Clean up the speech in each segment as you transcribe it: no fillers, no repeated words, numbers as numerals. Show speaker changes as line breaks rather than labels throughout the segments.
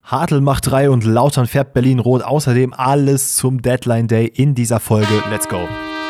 Hartl macht 3 und Lautern färbt Berlin rot. Außerdem alles zum Deadline Day in dieser Folge. Let's go.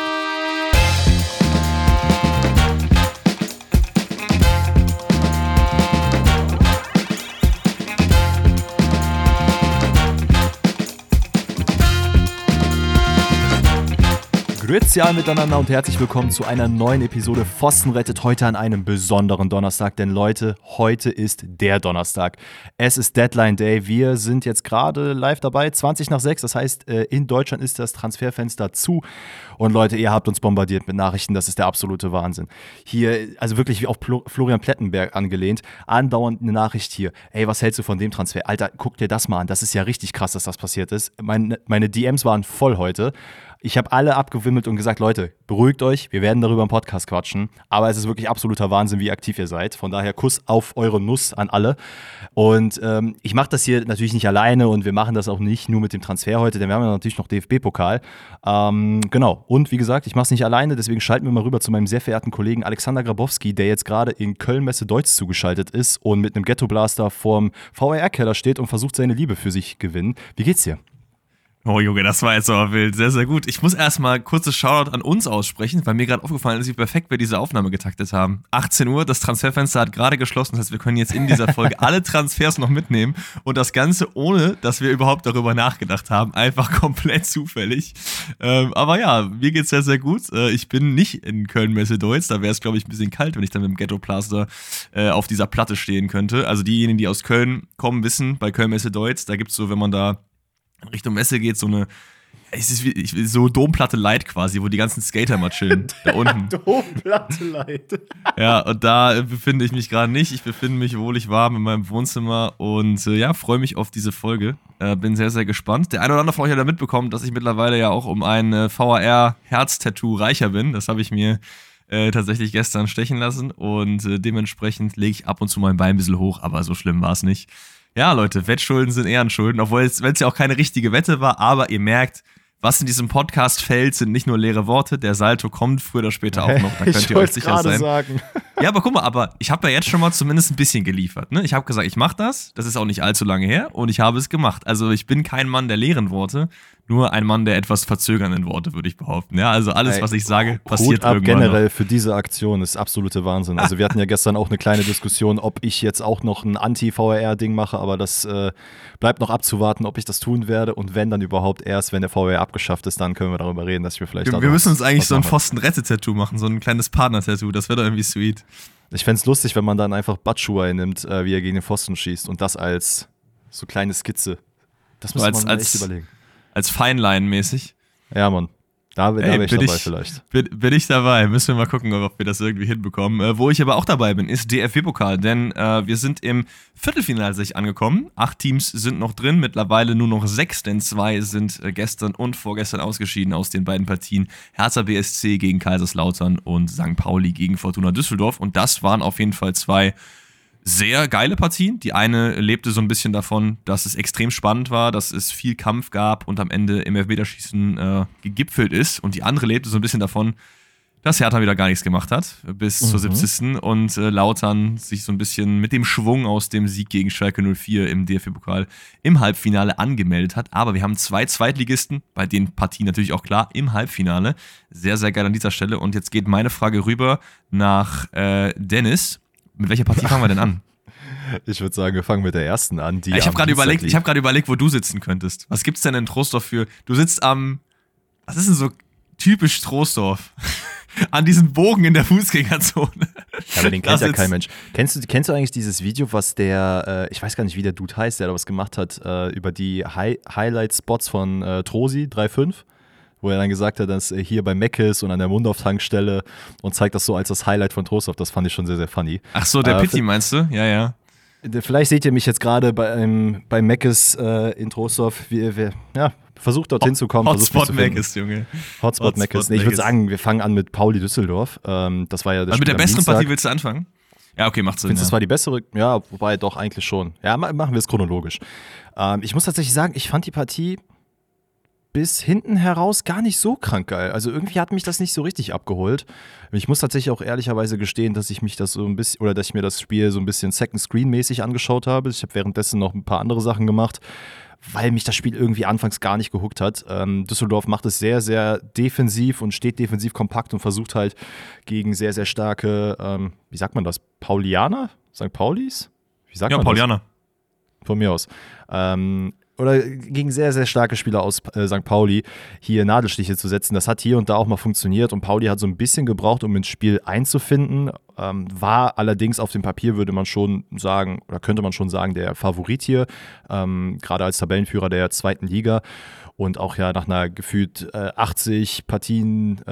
Grüezi alle miteinander und herzlich willkommen zu einer neuen Episode Pfosten rettet heute an einem besonderen Donnerstag, denn Leute, heute ist der Donnerstag. Es ist Deadline Day, wir sind jetzt gerade live dabei, 20:06, das heißt, in Deutschland ist das Transferfenster zu und Leute, ihr habt uns bombardiert mit Nachrichten, das ist der absolute Wahnsinn. Hier, also wirklich wie auf Florian Plettenberg angelehnt, andauernd eine Nachricht hier, ey, was hältst du von dem Transfer? Alter, guck dir das mal an, das ist ja richtig krass, dass das passiert ist. Meine DMs waren voll heute. Ich habe alle abgewimmelt und gesagt, Leute, beruhigt euch, wir werden darüber im Podcast quatschen, aber es ist wirklich absoluter Wahnsinn, wie aktiv ihr seid. Von daher Kuss auf eure Nuss an alle. Und ich mache das hier natürlich nicht alleine und wir machen das auch nicht nur mit dem Transfer heute, denn wir haben ja natürlich noch DFB-Pokal. Genau, und wie gesagt, ich mache es nicht alleine, deswegen schalten wir mal rüber zu meinem sehr verehrten Kollegen Alexander Grabowski, der jetzt gerade in Köln-Messe Deutz zugeschaltet ist und mit einem Ghetto-Blaster vorm VAR-Keller steht und versucht, seine Liebe für sich gewinnen. Wie geht's dir?
Oh Junge, das war jetzt aber wild. Sehr, sehr gut. Ich muss erstmal kurzes Shoutout an uns aussprechen, weil mir gerade aufgefallen ist, wie perfekt wir diese Aufnahme getaktet haben. 18 Uhr, das Transferfenster hat gerade geschlossen. Das heißt, wir können jetzt in dieser Folge alle Transfers noch mitnehmen und das Ganze ohne, dass wir überhaupt darüber nachgedacht haben. Einfach komplett zufällig. Aber ja, mir geht's sehr, sehr gut. Ich bin nicht in Köln-Messe Deutz. Da wäre es, glaube ich, ein bisschen kalt, wenn ich dann mit dem Ghetto-Plaster auf dieser Platte stehen könnte. Also diejenigen, die aus Köln kommen, wissen, bei Köln-Messe Deutz, da gibt's so, wenn man da Richtung Messe geht, so eine, es ist wie so Domplatte Light quasi, wo die ganzen Skater mal chillen, da unten.
Domplatte Light.
Ja, und da befinde ich mich gerade nicht. Ich befinde mich wohlig warm in meinem Wohnzimmer und ja, freue mich auf diese Folge. Bin sehr, sehr gespannt. Der eine oder andere von euch hat ja mitbekommen, dass ich mittlerweile ja auch um ein VAR-Herz-Tattoo reicher bin. Das habe ich mir tatsächlich gestern stechen lassen und dementsprechend lege ich ab und zu mein Bein ein bisschen hoch, aber so schlimm war es nicht. Ja, Leute, Wettschulden sind Ehrenschulden, obwohl es ja auch keine richtige Wette war, aber ihr merkt, was in diesem Podcast fällt, sind nicht nur leere Worte, der Salto kommt früher oder später auch noch, da könnt ihr euch sicher sein.
Sagen.
Ja, aber guck mal, ich habe ja jetzt schon mal zumindest ein bisschen geliefert, ne? Ich habe gesagt, ich mache das ist auch nicht allzu lange her und ich habe es gemacht. Also ich bin kein Mann der leeren Worte, nur ein Mann der etwas verzögernden Worte, würde ich behaupten. Ja, also alles, was ich sage, passiert
Hut ab
irgendwann
generell
noch.
Für diese Aktion ist absolute Wahnsinn. Also wir hatten ja gestern auch eine kleine Diskussion, ob ich jetzt auch noch ein Anti-VAR-Ding mache, aber das bleibt noch abzuwarten, ob ich das tun werde und wenn dann überhaupt erst, wenn der VAR abgeschafft ist, dann können wir darüber reden, dass ich mir vielleicht
Wir müssen uns eigentlich so ein Pfosten-Rette-Tattoo machen, so ein kleines Partner-Tattoo, das wäre doch irgendwie sweet.
Ich fände es lustig, wenn man dann einfach Batshuayi nimmt, wie er gegen den Pfosten schießt und das als so kleine Skizze. Das müsste man echt überlegen.
Als Feinline-mäßig.
Ja, Mann. Da bin ich dabei vielleicht.
Bin ich dabei. Müssen wir mal gucken, ob wir das irgendwie hinbekommen. Wo ich aber auch dabei bin, ist DFB-Pokal. Denn wir sind im Viertelfinale sich angekommen. 8 Teams sind noch drin. Mittlerweile nur noch 6, denn 2 sind gestern und vorgestern ausgeschieden aus den beiden Partien. Hertha BSC gegen Kaiserslautern und St. Pauli gegen Fortuna Düsseldorf. Und das waren auf jeden Fall 2 sehr geile Partien. Die eine lebte so ein bisschen davon, dass es extrem spannend war, dass es viel Kampf gab und am Ende im Elfmeterschießen gegipfelt ist. Und die andere lebte so ein bisschen davon, dass Hertha wieder gar nichts gemacht hat bis zur 70. Und Lautern sich so ein bisschen mit dem Schwung aus dem Sieg gegen Schalke 04 im DFB-Pokal im Halbfinale angemeldet hat. Aber wir haben 2 Zweitligisten, bei den Partien natürlich auch klar, im Halbfinale. Sehr, sehr geil an dieser Stelle. Und jetzt geht meine Frage rüber nach Dennis. Mit welcher Partie fangen wir denn an?
Ich würde sagen, wir fangen mit der ersten an.
Ich habe gerade überlegt, wo du sitzen könntest. Was gibt's denn in Troisdorf für? Du sitzt was ist denn so typisch Troisdorf? An diesem Bogen in der Fußgängerzone.
Ja, aber den kennt ja kein Mensch. Kennst du eigentlich dieses Video, was der, ich weiß gar nicht, wie der Dude heißt, der da was gemacht hat, über die Highlight-Spots von Trosi 3.5? Wo er dann gesagt hat, dass hier bei Meckes und an der Mundorf-Tankstelle und zeigt das so als das Highlight von Troisdorf. Das fand ich schon sehr, sehr funny.
Ach so, der Pitti meinst du? Ja, ja.
Vielleicht seht ihr mich jetzt gerade bei Meckes in Troisdorf. Versucht dorthin zu kommen.
Hotspot Meckes, Junge.
Hotspot Meckes. Nee, ich würde sagen, wir fangen an mit Pauli Düsseldorf. Das war ja das
Spiel mit der besseren Partie willst du anfangen? Ja, okay, macht Sinn.
Findest du, das war die bessere? Ja, wobei doch eigentlich schon. Ja, machen wir es chronologisch. Ich muss tatsächlich sagen, ich fand die Partie bis hinten heraus gar nicht so krank geil. Also irgendwie hat mich das nicht so richtig abgeholt. Ich muss tatsächlich auch ehrlicherweise gestehen, dass ich mich das so ein bisschen, oder dass ich mir das Spiel so ein bisschen Second-Screen-mäßig angeschaut habe. Ich habe währenddessen noch ein paar andere Sachen gemacht, weil mich das Spiel irgendwie anfangs gar nicht gehuckt hat. Düsseldorf macht es sehr, sehr defensiv und steht defensiv kompakt und versucht halt gegen sehr, sehr starke, wie sagt man das, Paulianer? St. Paulis? Wie sagt man
Paulianer.
Das? Von mir aus. Oder gegen sehr, sehr starke Spieler aus St. Pauli hier Nadelstiche zu setzen. Das hat hier und da auch mal funktioniert und Pauli hat so ein bisschen gebraucht, um ins Spiel einzufinden. War allerdings auf dem Papier, würde man schon sagen, oder könnte man schon sagen, der Favorit hier, gerade als Tabellenführer der 2. Liga und auch ja nach einer gefühlt 80 Partien,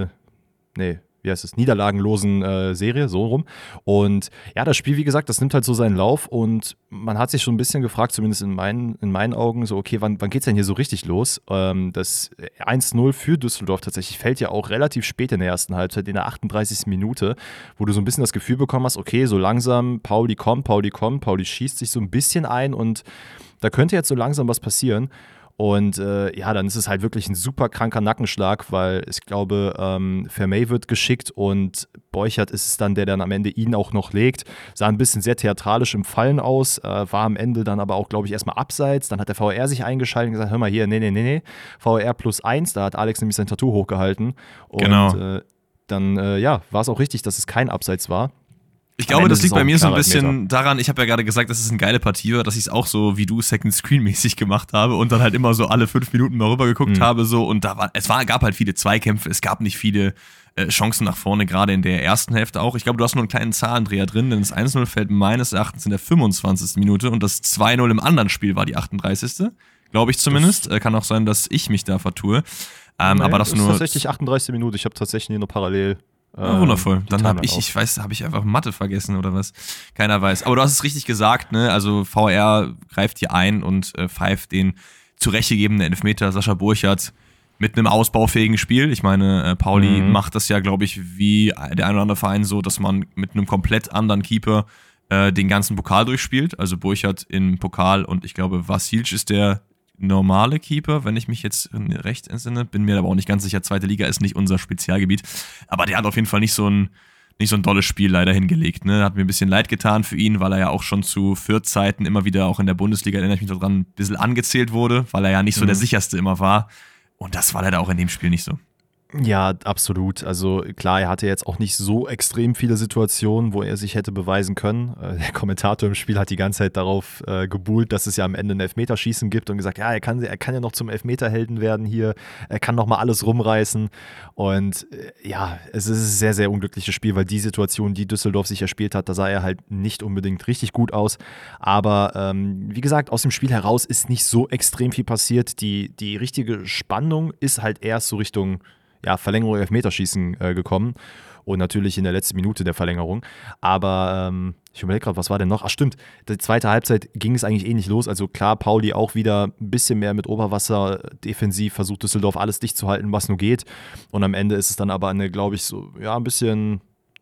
niederlagenlosen Serie, so rum. Und ja, das Spiel, wie gesagt, das nimmt halt so seinen Lauf und man hat sich schon ein bisschen gefragt, zumindest in meinen Augen, so, okay, wann geht's denn hier so richtig los? Das 1-0 für Düsseldorf tatsächlich fällt ja auch relativ spät in der ersten Halbzeit, in der 38. Minute, wo du so ein bisschen das Gefühl bekommen hast, okay, so langsam, Pauli kommt, Pauli schießt sich so ein bisschen ein und da könnte jetzt so langsam was passieren. Und dann ist es halt wirklich ein super kranker Nackenschlag, weil ich glaube, Vermey wird geschickt und Borchert ist es dann, der dann am Ende ihn auch noch legt. Sah ein bisschen sehr theatralisch im Fallen aus, war am Ende dann aber auch, glaube ich, erstmal abseits. Dann hat der VAR sich eingeschaltet und gesagt, hör mal hier, nee, VAR +1, da hat Alex nämlich sein Tattoo hochgehalten. Und
genau.
Dann war es auch richtig, dass es kein Abseits war.
Ich glaube, das liegt bei mir so ein bisschen daran, ich habe ja gerade gesagt, dass es eine geile Partie war, dass ich es auch so wie du Second-Screen-mäßig gemacht habe und dann halt immer so alle 5 Minuten mal rüber geguckt habe so und gab halt viele Zweikämpfe, es gab nicht viele Chancen nach vorne, gerade in der ersten Hälfte auch. Ich glaube, du hast nur einen kleinen Zahlendreher drin, denn das 1-0 fällt meines Erachtens in der 25. Minute und das 2-0 im anderen Spiel war die 38. Glaube ich zumindest. Kann auch sein, dass ich mich da vertue. Aber das
ist tatsächlich 38. Minute, ich habe tatsächlich hier nur parallel
wundervoll. Dann habe ich einfach Mathe vergessen oder was. Keiner weiß. Aber du hast es richtig gesagt, ne? Also VAR greift hier ein und pfeift den zurechtgegebenen Elfmeter Sascha Borchert mit einem ausbaufähigen Spiel. Ich meine, Pauli macht das ja, glaube ich, wie der ein oder andere Verein so, dass man mit einem komplett anderen Keeper den ganzen Pokal durchspielt. Also Borchert im Pokal und ich glaube, Vasilc ist der normale Keeper, wenn ich mich jetzt recht entsinne, bin mir aber auch nicht ganz sicher, 2. Liga ist nicht unser Spezialgebiet, aber der hat auf jeden Fall nicht so ein dolles Spiel leider hingelegt, ne? Hat mir ein bisschen leid getan für ihn, weil er ja auch schon zu Fürth-Zeiten immer wieder auch in der Bundesliga, erinnere ich mich daran, ein bisschen angezählt wurde, weil er ja nicht so der sicherste immer war und das war leider auch in dem Spiel nicht so.
Ja, absolut. Also klar, er hatte jetzt auch nicht so extrem viele Situationen, wo er sich hätte beweisen können. Der Kommentator im Spiel hat die ganze Zeit darauf gebuhlt, dass es ja am Ende ein Elfmeterschießen gibt und gesagt, ja, er kann ja noch zum Elfmeterhelden werden hier, er kann noch mal alles rumreißen und es ist ein sehr, sehr unglückliches Spiel, weil die Situation, die Düsseldorf sich erspielt hat, da sah er halt nicht unbedingt richtig gut aus, aber wie gesagt, aus dem Spiel heraus ist nicht so extrem viel passiert. Die richtige Spannung ist halt erst so Richtung Verlängerung Elfmeterschießen gekommen und natürlich in der letzten Minute der Verlängerung. Aber ich überlege gerade, was war denn noch? Ach stimmt, die zweite Halbzeit ging es eigentlich ähnlich los. Also klar, Pauli auch wieder ein bisschen mehr mit Oberwasser defensiv, versucht Düsseldorf alles dicht zu halten, was nur geht. Und am Ende ist es dann aber eine, glaube ich, so ein bisschen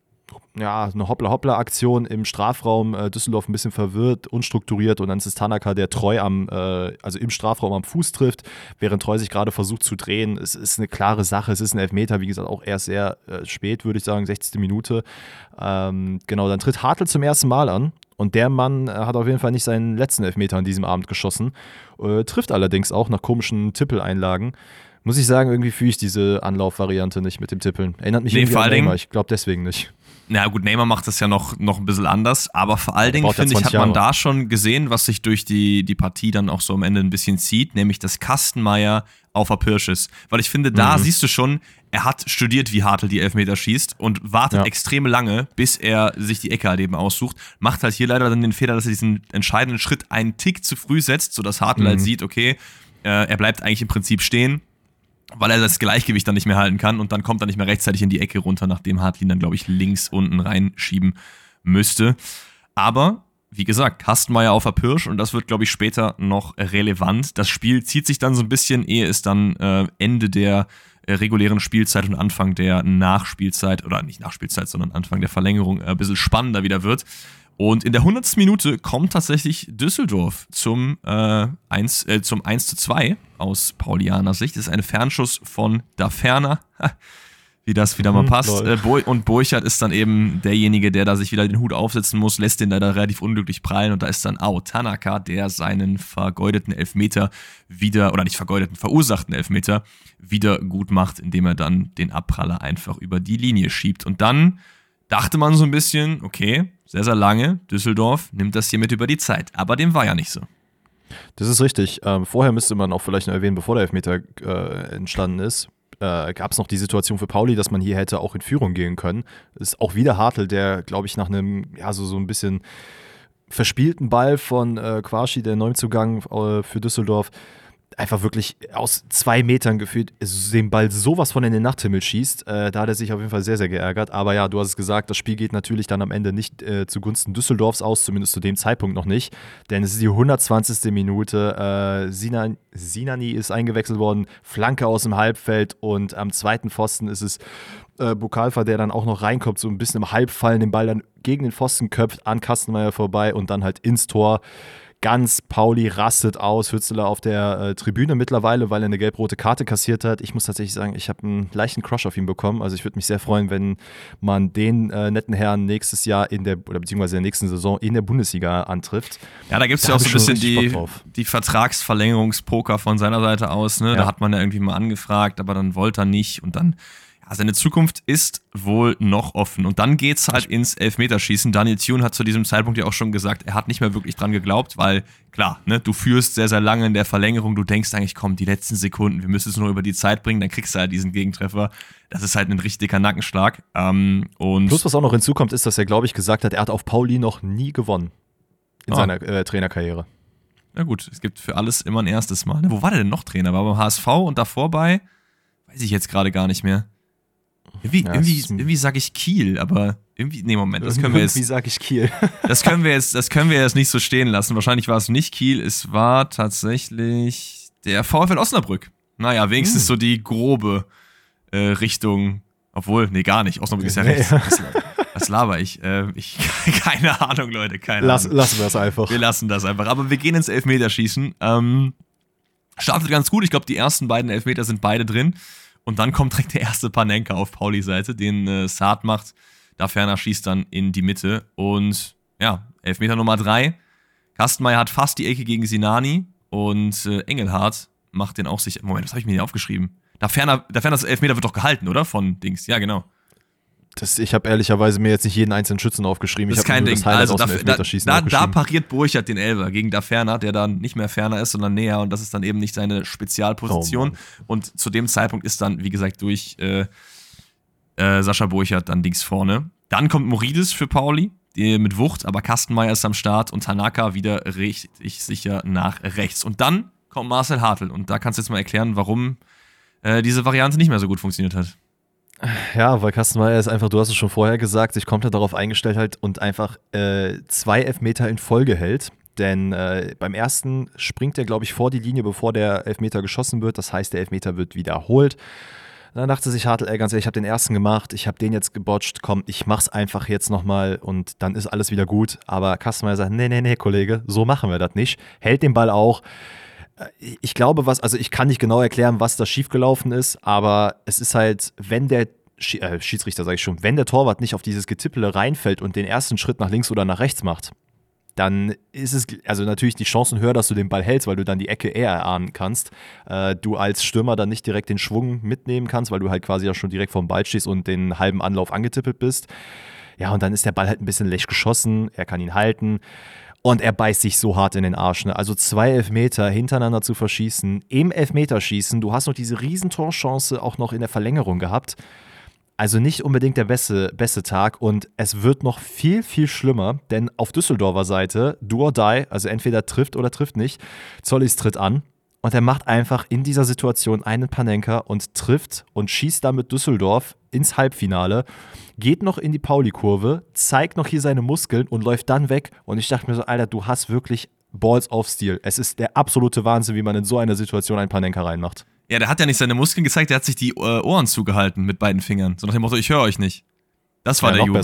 eine Hoppla-Hoppla-Aktion im Strafraum, Düsseldorf ein bisschen verwirrt, unstrukturiert und dann ist es Tanaka, der Treu im Strafraum am Fuß trifft, während Treu sich gerade versucht zu drehen. Es ist eine klare Sache, es ist ein Elfmeter, wie gesagt, auch erst sehr spät, würde ich sagen, 60. Minute. Dann tritt Hartl zum ersten Mal an und der Mann hat auf jeden Fall nicht seinen letzten Elfmeter an diesem Abend geschossen, trifft allerdings auch nach komischen Tippeleinlagen. Muss ich sagen, irgendwie fühle ich diese Anlaufvariante nicht mit dem Tippeln. Erinnert mich irgendwie an Neymar, ich glaube deswegen nicht.
Na gut, Neymar macht das ja noch ein bisschen anders, aber vor allen Dingen, finde ich, hat man da schon gesehen, was sich durch die Partie dann auch so am Ende ein bisschen zieht, nämlich dass Kastenmeier auf der Pirsch ist. Weil ich finde, da siehst du schon, er hat studiert, wie Hartl die Elfmeter schießt und wartet extrem lange, bis er sich die Ecke halt eben aussucht. Macht halt hier leider dann den Fehler, dass er diesen entscheidenden Schritt einen Tick zu früh setzt, sodass Hartl halt sieht, okay, er bleibt eigentlich im Prinzip stehen, weil er das Gleichgewicht dann nicht mehr halten kann und dann kommt er nicht mehr rechtzeitig in die Ecke runter, nachdem Hartlin dann, glaube ich, links unten reinschieben müsste. Aber, wie gesagt, Kastenmeier auf der Pirsch und das wird, glaube ich, später noch relevant. Das Spiel zieht sich dann so ein bisschen, ehe es dann Ende der regulären Spielzeit und Anfang der Nachspielzeit, oder nicht Nachspielzeit, sondern Anfang der Verlängerung ein bisschen spannender wieder wird. Und in der 100. Minute kommt tatsächlich Düsseldorf zum 1:2 aus Paulianer Sicht. Das ist ein Fernschuss von Da Ferner, wie das wieder mal passt. Und Burchard ist dann eben derjenige, der da sich wieder den Hut aufsetzen muss, lässt den leider relativ unglücklich prallen. Und da ist dann Tanaka, der seinen vergeudeten Elfmeter wieder, oder nicht vergeudeten, verursachten Elfmeter wieder gut macht, indem er dann den Abpraller einfach über die Linie schiebt. Und dann dachte man so ein bisschen, okay, sehr, sehr lange, Düsseldorf nimmt das hier mit über die Zeit. Aber dem war ja nicht so.
Das ist richtig. Vorher müsste man auch vielleicht noch erwähnen, bevor der Elfmeter entstanden ist, gab es noch die Situation für Pauli, dass man hier hätte auch in Führung gehen können. Ist auch wieder Hartl, der, glaube ich, nach einem, ja, so ein bisschen verspielten Ball von Quaschi, der Neuzugang für Düsseldorf, einfach wirklich aus 2 Metern gefühlt den Ball sowas von in den Nachthimmel schießt. Da hat er sich auf jeden Fall sehr, sehr geärgert. Aber ja, du hast es gesagt, das Spiel geht natürlich dann am Ende nicht zugunsten Düsseldorfs aus, zumindest zu dem Zeitpunkt noch nicht. Denn es ist die 120. Minute. Sinani ist eingewechselt worden, Flanke aus dem Halbfeld und am zweiten Pfosten ist es Bukalfa, der dann auch noch reinkommt, so ein bisschen im Halbfallen, den Ball dann gegen den Pfosten köpft, an Kastenmeier vorbei und dann halt ins Tor. Ganz Pauli rastet aus, Hützeler auf der Tribüne mittlerweile, weil er eine gelb-rote Karte kassiert hat. Ich muss tatsächlich sagen, ich habe einen leichten Crush auf ihn bekommen. Also ich würde mich sehr freuen, wenn man den netten Herrn nächstes Jahr beziehungsweise in der nächsten Saison in der Bundesliga antrifft.
Ja, da gibt es ja auch so ein bisschen die Vertragsverlängerungspoker von seiner Seite aus. Ne? Ja. Da hat man ja irgendwie mal angefragt, aber dann wollte er nicht und dann. Seine Zukunft ist wohl noch offen. Und dann geht's halt ins Elfmeterschießen. Daniel Thune hat zu diesem Zeitpunkt ja auch schon gesagt, er hat nicht mehr wirklich dran geglaubt, weil, klar, ne, du führst sehr, sehr lange in der Verlängerung, du denkst eigentlich, komm, die letzten Sekunden, wir müssen es nur über die Zeit bringen, dann kriegst du halt diesen Gegentreffer. Das ist halt ein richtig dicker Nackenschlag. Und
plus, was auch noch hinzukommt, ist, dass er, glaube ich, gesagt hat, er hat auf Pauli noch nie gewonnen in seiner Trainerkarriere.
Na gut, es gibt für alles immer ein erstes Mal. Ne? Wo war der denn noch Trainer? War beim HSV und davor bei, weiß ich jetzt gerade gar nicht mehr. Irgendwie sage ich Kiel, aber Moment, das können wir jetzt.
Wie sage ich Kiel?
das können wir jetzt nicht so stehen lassen. Wahrscheinlich war es nicht Kiel, es war tatsächlich der VfL Osnabrück. Naja, wenigstens so die grobe Richtung. Obwohl, nee, gar nicht. Osnabrück ist ja rechts. Was laber ich? Keine Ahnung, Leute, keine Ahnung.
Lassen wir es einfach.
Wir lassen das einfach. Aber wir gehen ins Elfmeterschießen. Startet ganz gut. Ich glaube, die ersten beiden Elfmeter sind beide drin. Und dann kommt direkt der erste Panenka auf Paulis Seite, den Saad macht. Da Ferner schießt dann in die Mitte. Und ja, Elfmeter Nummer 3. Kastenmeier hat fast die Ecke gegen Sinani. Und Engelhardt macht den auch sicher. Moment, was habe ich mir hier aufgeschrieben? Da Ferners Elfmeter wird doch gehalten, oder? Von Dings. Ja, genau.
Ich habe ehrlicherweise mir jetzt nicht jeden einzelnen Schützen aufgeschrieben.
Das ist kein Ding. Also da pariert Burchard den Elfer gegen Da Ferner, der dann nicht mehr Ferner ist, sondern näher. Und das ist dann eben nicht seine Spezialposition. Und zu dem Zeitpunkt ist dann, wie gesagt, durch Sascha Burchard dann Dings vorne. Dann kommt Moridis für Pauli, mit Wucht, aber Kastenmeier ist am Start und Tanaka wieder richtig sicher nach rechts. Und dann kommt Marcel Hartl. Und da kannst du jetzt mal erklären, warum diese Variante nicht mehr so gut funktioniert hat.
Ja, weil Kastenmeier ist einfach, du hast es schon vorher gesagt, sich komplett darauf eingestellt hat und einfach 2 Elfmeter in Folge hält. Denn beim ersten springt er, glaube ich, vor die Linie, bevor der Elfmeter geschossen wird. Das heißt, der Elfmeter wird wiederholt. Dann dachte sich Hartl, ganz ehrlich, ich habe den ersten gemacht, ich habe den jetzt gebotcht, komm, ich mach's einfach jetzt nochmal und dann ist alles wieder gut. Aber Kastenmeier sagt, nee, Kollege, so machen wir das nicht. Hält den Ball auch. Ich glaube, ich kann nicht genau erklären, was da schiefgelaufen ist, aber es ist halt, wenn der Schiedsrichter, sage ich schon, wenn der Torwart nicht auf dieses Getippele reinfällt und den ersten Schritt nach links oder nach rechts macht, dann ist es also natürlich die Chancen höher, dass du den Ball hältst, weil du dann die Ecke eher erahnen kannst. Du als Stürmer dann nicht direkt den Schwung mitnehmen kannst, weil du halt quasi ja schon direkt vorm Ball stehst und den halben Anlauf angetippelt bist. Ja, und dann ist der Ball halt ein bisschen lech geschossen, er kann ihn halten. Und er beißt sich so hart in den Arsch. Ne? Also 2 Elfmeter hintereinander zu verschießen, im Elfmeterschießen. Du hast noch diese Riesentorchance auch noch in der Verlängerung gehabt. Also nicht unbedingt der beste Tag. Und es wird noch viel, viel schlimmer. Denn auf Düsseldorfer Seite, do or die, also entweder trifft oder trifft nicht, Zollis tritt an. Und er macht einfach in dieser Situation einen Panenka und trifft und schießt damit Düsseldorf ins Halbfinale, geht noch in die Pauli-Kurve, zeigt noch hier seine Muskeln und läuft dann weg. Und ich dachte mir so, Alter, du hast wirklich Balls of Steel. Es ist der absolute Wahnsinn, wie man in so einer Situation einen Panenka reinmacht.
Ja, der hat ja nicht seine Muskeln gezeigt, der hat sich die Ohren zugehalten mit beiden Fingern. So nach dem Motto, ich höre euch nicht. Das war der Jubel.
Besser.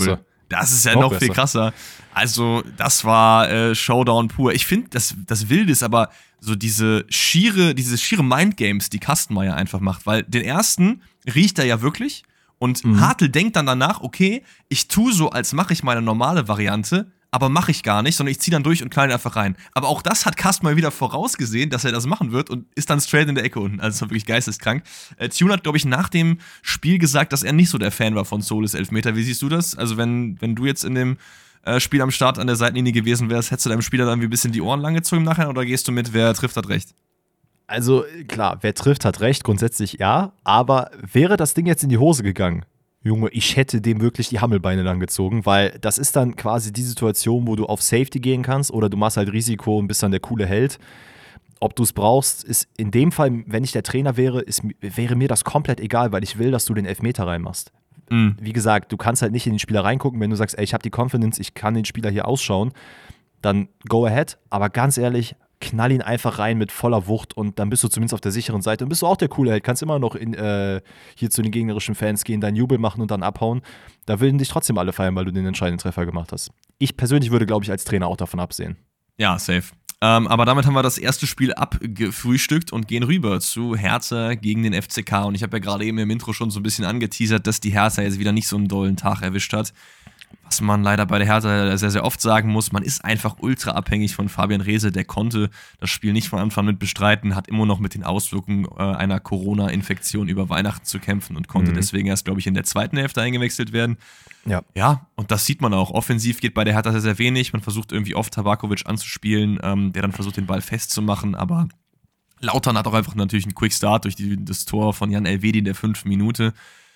Das ist ja noch viel krasser. Also, das war Showdown pur. Ich finde, das Wilde ist aber so diese schiere Mindgames, die Kastenmeier einfach macht. Weil den ersten riecht er ja wirklich und Hartl denkt dann danach, okay, ich tue so, als mache ich meine normale Variante, aber mache ich gar nicht, sondern ich ziehe dann durch und knall einfach rein. Aber auch das hat Kastenmeier wieder vorausgesehen, dass er das machen wird und ist dann straight in der Ecke unten. Also, es war wirklich geisteskrank. Tune hat, glaube ich, nach dem Spiel gesagt, dass er nicht so der Fan war von Solis Elfmeter. Wie siehst du das? Also, wenn du jetzt in dem Spiel am Start an der Seitenlinie gewesen wärst, hättest du deinem Spieler dann ein bisschen die Ohren lang gezogen im Nachhinein oder gehst du mit, wer trifft, hat recht?
Also klar, wer trifft, hat recht, grundsätzlich ja, aber wäre das Ding jetzt in die Hose gegangen, Junge, ich hätte dem wirklich die Hammelbeine lang gezogen, weil das ist dann quasi die Situation, wo du auf Safety gehen kannst oder du machst halt Risiko und bist dann der coole Held. Ob du es brauchst, ist in dem Fall, wenn ich der Trainer wäre, wäre mir das komplett egal, weil ich will, dass du den Elfmeter reinmachst. Wie gesagt, du kannst halt nicht in den Spieler reingucken, wenn du sagst, ey, ich habe die Confidence, ich kann den Spieler hier ausschauen, dann go ahead, aber ganz ehrlich, knall ihn einfach rein mit voller Wucht und dann bist du zumindest auf der sicheren Seite und bist du auch der coole Held, kannst immer noch hier zu den gegnerischen Fans gehen, deinen Jubel machen und dann abhauen. Da würden dich trotzdem alle feiern, weil du den entscheidenden Treffer gemacht hast. Ich persönlich würde, glaube ich, als Trainer auch davon absehen.
Ja, safe. Aber damit haben wir das erste Spiel abgefrühstückt und gehen rüber zu Hertha gegen den FCK. Und ich habe ja gerade eben im Intro schon so ein bisschen angeteasert, dass die Hertha jetzt wieder nicht so einen dollen Tag erwischt hat. Was man leider bei der Hertha sehr, sehr oft sagen muss, man ist einfach ultra abhängig von Fabian Reese. Der konnte das Spiel nicht von Anfang mit bestreiten, hat immer noch mit den Auswirkungen einer Corona-Infektion über Weihnachten zu kämpfen und konnte deswegen erst, glaube ich, in der zweiten Hälfte eingewechselt werden. Ja, und das sieht man auch. Offensiv geht bei der Hertha sehr, sehr wenig. Man versucht irgendwie oft Tabakovic anzuspielen, der dann versucht, den Ball festzumachen, aber Lautern hat auch einfach natürlich einen Quick-Start durch das Tor von Jan Elvedi in der 5. Minute.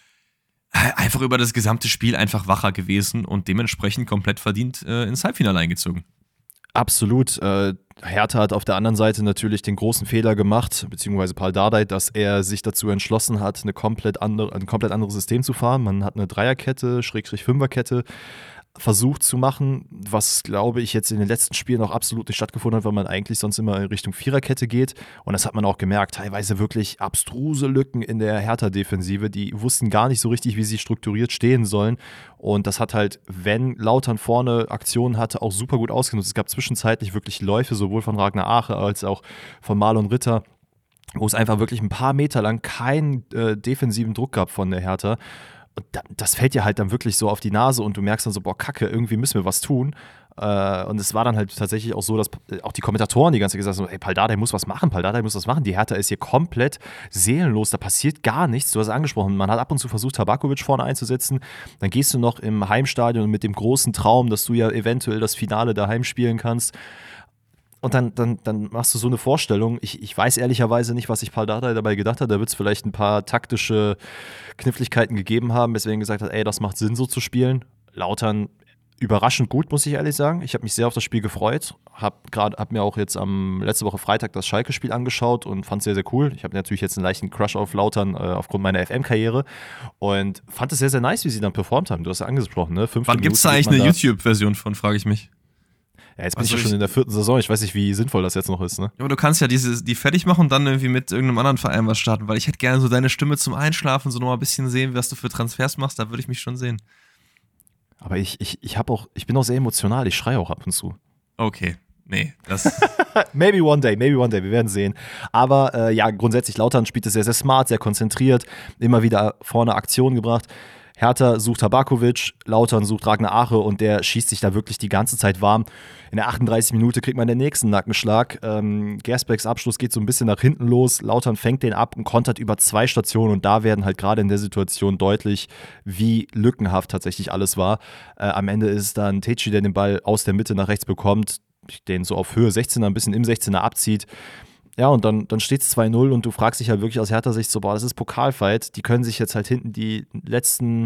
Einfach über das gesamte Spiel einfach wacher gewesen und dementsprechend komplett verdient ins Halbfinale eingezogen.
Absolut. Hertha hat auf der anderen Seite natürlich den großen Fehler gemacht, beziehungsweise Pal Dardai, dass er sich dazu entschlossen hat, ein komplett anderes System zu fahren. Man hat eine Dreierkette, Schrägstrich Fünferkette versucht zu machen, was, glaube ich, jetzt in den letzten Spielen auch absolut nicht stattgefunden hat, weil man eigentlich sonst immer in Richtung Viererkette geht. Und das hat man auch gemerkt. Teilweise wirklich abstruse Lücken in der Hertha-Defensive. Die wussten gar nicht so richtig, wie sie strukturiert stehen sollen. Und das hat halt, wenn Lautern vorne Aktionen hatte, auch super gut ausgenutzt. Es gab zwischenzeitlich wirklich Läufe, sowohl von Ragnar Ache als auch von Marlon Ritter, wo es einfach wirklich ein paar Meter lang keinen defensiven Druck gab von der Hertha. Und das fällt dir halt dann wirklich so auf die Nase und du merkst dann so, boah, Kacke, irgendwie müssen wir was tun. Und es war dann halt tatsächlich auch so, dass auch die Kommentatoren die ganze Zeit gesagt haben, hey, Pal Dardai muss was machen, Die Hertha ist hier komplett seelenlos, da passiert gar nichts. Du hast es angesprochen, man hat ab und zu versucht, Tabakovic vorne einzusetzen. Dann gehst du noch im Heimstadion mit dem großen Traum, dass du ja eventuell das Finale daheim spielen kannst. Und dann machst du so eine Vorstellung. Ich weiß ehrlicherweise nicht, was sich Pal Dardai dabei gedacht hat. Da wird es vielleicht ein paar taktische Kniffligkeiten gegeben haben, weswegen gesagt hat, ey, das macht Sinn, so zu spielen. Lautern überraschend gut, muss ich ehrlich sagen. Ich habe mich sehr auf das Spiel gefreut. Hab mir auch jetzt letzte Woche Freitag das Schalke-Spiel angeschaut und fand es sehr, sehr cool. Ich habe natürlich jetzt einen leichten Crush auf Lautern aufgrund meiner FM-Karriere und fand es sehr, sehr nice, wie sie dann performt haben. Du hast ja angesprochen, ne?
Wann gibt es da eigentlich eine YouTube-Version von, frage ich mich?
Ja, jetzt bin ich ja schon in der 4. Saison. Ich weiß nicht, wie sinnvoll das jetzt noch ist, ne?
Aber du kannst ja die fertig machen und dann irgendwie mit irgendeinem anderen Verein was starten, weil ich hätte gerne so deine Stimme zum Einschlafen, so nochmal ein bisschen sehen, was du für Transfers machst, da würde ich mich schon sehen.
Aber ich bin auch sehr emotional, ich schreie auch ab und zu.
Okay, nee, das...
maybe one day, wir werden sehen. Aber ja, grundsätzlich, Lautern spielt es sehr, sehr smart, sehr konzentriert, immer wieder vorne Aktionen gebracht. Hertha sucht Tabakovic, Lautern sucht Ragnar Ache und der schießt sich da wirklich die ganze Zeit warm. In der 38. Minute kriegt man den nächsten Nackenschlag. Gersbecks Abschluss geht so ein bisschen nach hinten los. Lautern fängt den ab und kontert über 2 Stationen und da werden halt gerade in der Situation deutlich, wie lückenhaft tatsächlich alles war. Am Ende ist es dann Tetschi, der den Ball aus der Mitte nach rechts bekommt, den so auf Höhe 16er, ein bisschen im 16er abzieht. Ja, und dann steht es 2-0 und du fragst dich halt wirklich aus Hertha-Sicht so, boah, das ist Pokalfight, die können sich jetzt halt hinten die letzten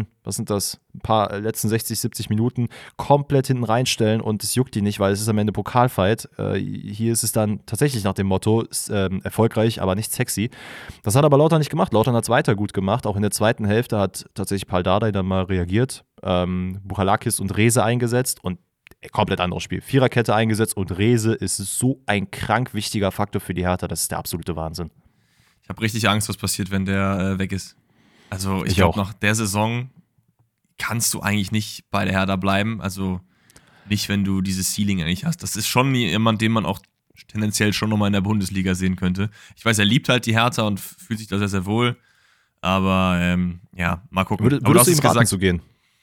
60, 70 Minuten komplett hinten reinstellen und es juckt die nicht, weil es ist am Ende Pokalfight. Hier ist es dann tatsächlich nach dem Motto, erfolgreich, aber nicht sexy. Das hat aber Lautern nicht gemacht. Lautern hat es weiter gut gemacht. Auch in der zweiten Hälfte hat tatsächlich Pal Dardai dann mal reagiert, Bouchalakis und Reese eingesetzt und komplett anderes Spiel. Viererkette eingesetzt und Reese ist so ein krank wichtiger Faktor für die Hertha. Das ist der absolute Wahnsinn.
Ich habe richtig Angst, was passiert, wenn der weg ist. Also ich glaube, nach der Saison kannst du eigentlich nicht bei der Hertha bleiben. Also nicht, wenn du dieses Ceiling eigentlich hast. Das ist schon jemand, den man auch tendenziell schon nochmal in der Bundesliga sehen könnte. Ich weiß, er liebt halt die Hertha und fühlt sich da sehr, sehr wohl. Aber ja, mal gucken.
Würdest du ihm raten zu gehen?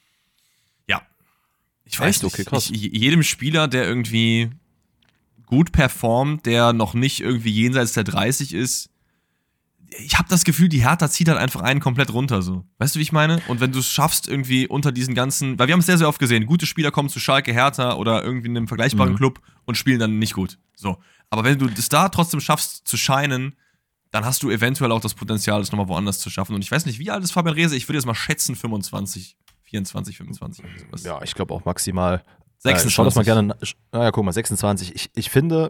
Ja. Ich weiß
Echt?
nicht.
Okay, krass.
Jedem Spieler, der irgendwie gut performt, der noch nicht irgendwie jenseits der 30 ist, ich habe das Gefühl, die Hertha zieht halt einfach einen komplett runter, so. Weißt du, wie ich meine? Und wenn du es schaffst, irgendwie unter diesen ganzen, weil wir haben es sehr, sehr oft gesehen, gute Spieler kommen zu Schalke, Hertha oder irgendwie in einem vergleichbaren Club und spielen dann nicht gut. So. Aber wenn du das da trotzdem schaffst zu scheinen, dann hast du eventuell auch das Potenzial, das nochmal woanders zu schaffen. Und ich weiß nicht, wie alt ist Fabian Reese? Ich würde jetzt mal schätzen 25, 24, 25. Sowas.
Ja, ich glaube auch maximal.
26.
Schau das mal gerne. Naja, guck mal, 26. Ich finde,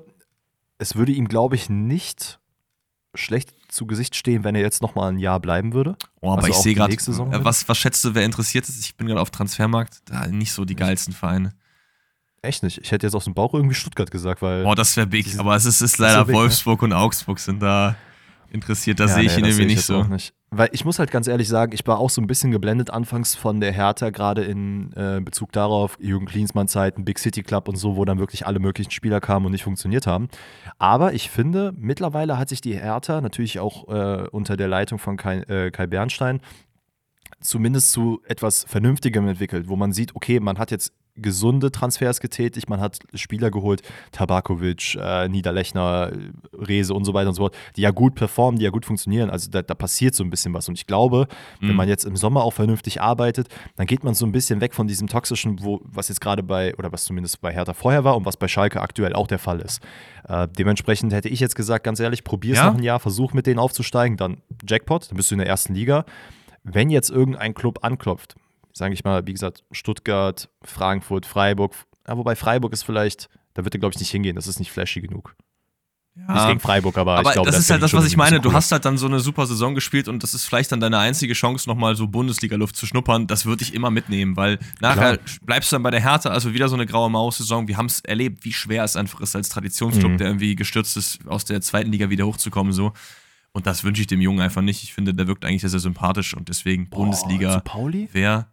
es würde ihm, glaube ich, nicht schlecht zu Gesicht stehen, wenn er jetzt nochmal ein Jahr bleiben würde.
Oh, aber
also
ich sehe gerade,
was
was schätzt du, wer interessiert ist? Ich bin gerade auf Transfermarkt, da nicht so die geilsten Vereine.
Echt nicht. Ich hätte jetzt aus dem Bauch irgendwie Stuttgart gesagt, weil.
Boah, das wäre big, aber es ist leider
so big,
Wolfsburg und Augsburg sind da interessiert, da sehe ich ihn irgendwie nicht so.
Nicht. Weil ich muss halt ganz ehrlich sagen, ich war auch so ein bisschen geblendet anfangs von der Hertha, gerade in Bezug darauf, Jürgen Klinsmann-Zeiten, Big City Club und so, wo dann wirklich alle möglichen Spieler kamen und nicht funktioniert haben. Aber ich finde, mittlerweile hat sich die Hertha, natürlich auch unter der Leitung von Kai Bernstein, zumindest zu etwas Vernünftigem entwickelt, wo man sieht, okay, man hat jetzt gesunde Transfers getätigt, man hat Spieler geholt, Tabakovic, Niederlechner, Reese und so weiter und so fort, die ja gut performen, die ja gut funktionieren, also da passiert so ein bisschen was und ich glaube, wenn man jetzt im Sommer auch vernünftig arbeitet, dann geht man so ein bisschen weg von diesem toxischen, was jetzt gerade was zumindest bei Hertha vorher war und was bei Schalke aktuell auch der Fall ist. Dementsprechend hätte ich jetzt gesagt, ganz ehrlich, probier's noch ein Jahr, versuch mit denen aufzusteigen, dann Jackpot, dann bist du in der ersten Liga. Wenn jetzt irgendein Club anklopft, sage ich mal, wie gesagt, Stuttgart, Frankfurt, Freiburg. Ja, wobei Freiburg ist vielleicht, da wird er, glaube ich, nicht hingehen. Das ist nicht flashy genug. Ja. Nicht gegen Freiburg, aber ich glaube,
das ist halt das, was ich meine. Du hast halt dann so eine super Saison gespielt und das ist vielleicht dann deine einzige Chance, nochmal so Bundesliga-Luft zu schnuppern. Das würde ich immer mitnehmen, weil nachher bleibst du dann bei der Hertha, also wieder so eine graue Maus-Saison. Wir haben es erlebt, wie schwer es einfach ist, als Traditionsclub, der irgendwie gestürzt ist, aus der zweiten Liga wieder hochzukommen, so. Und das wünsche ich dem Jungen einfach nicht. Ich finde, der wirkt eigentlich sehr, sehr sympathisch und deswegen Bundesliga.
Zu Pauli?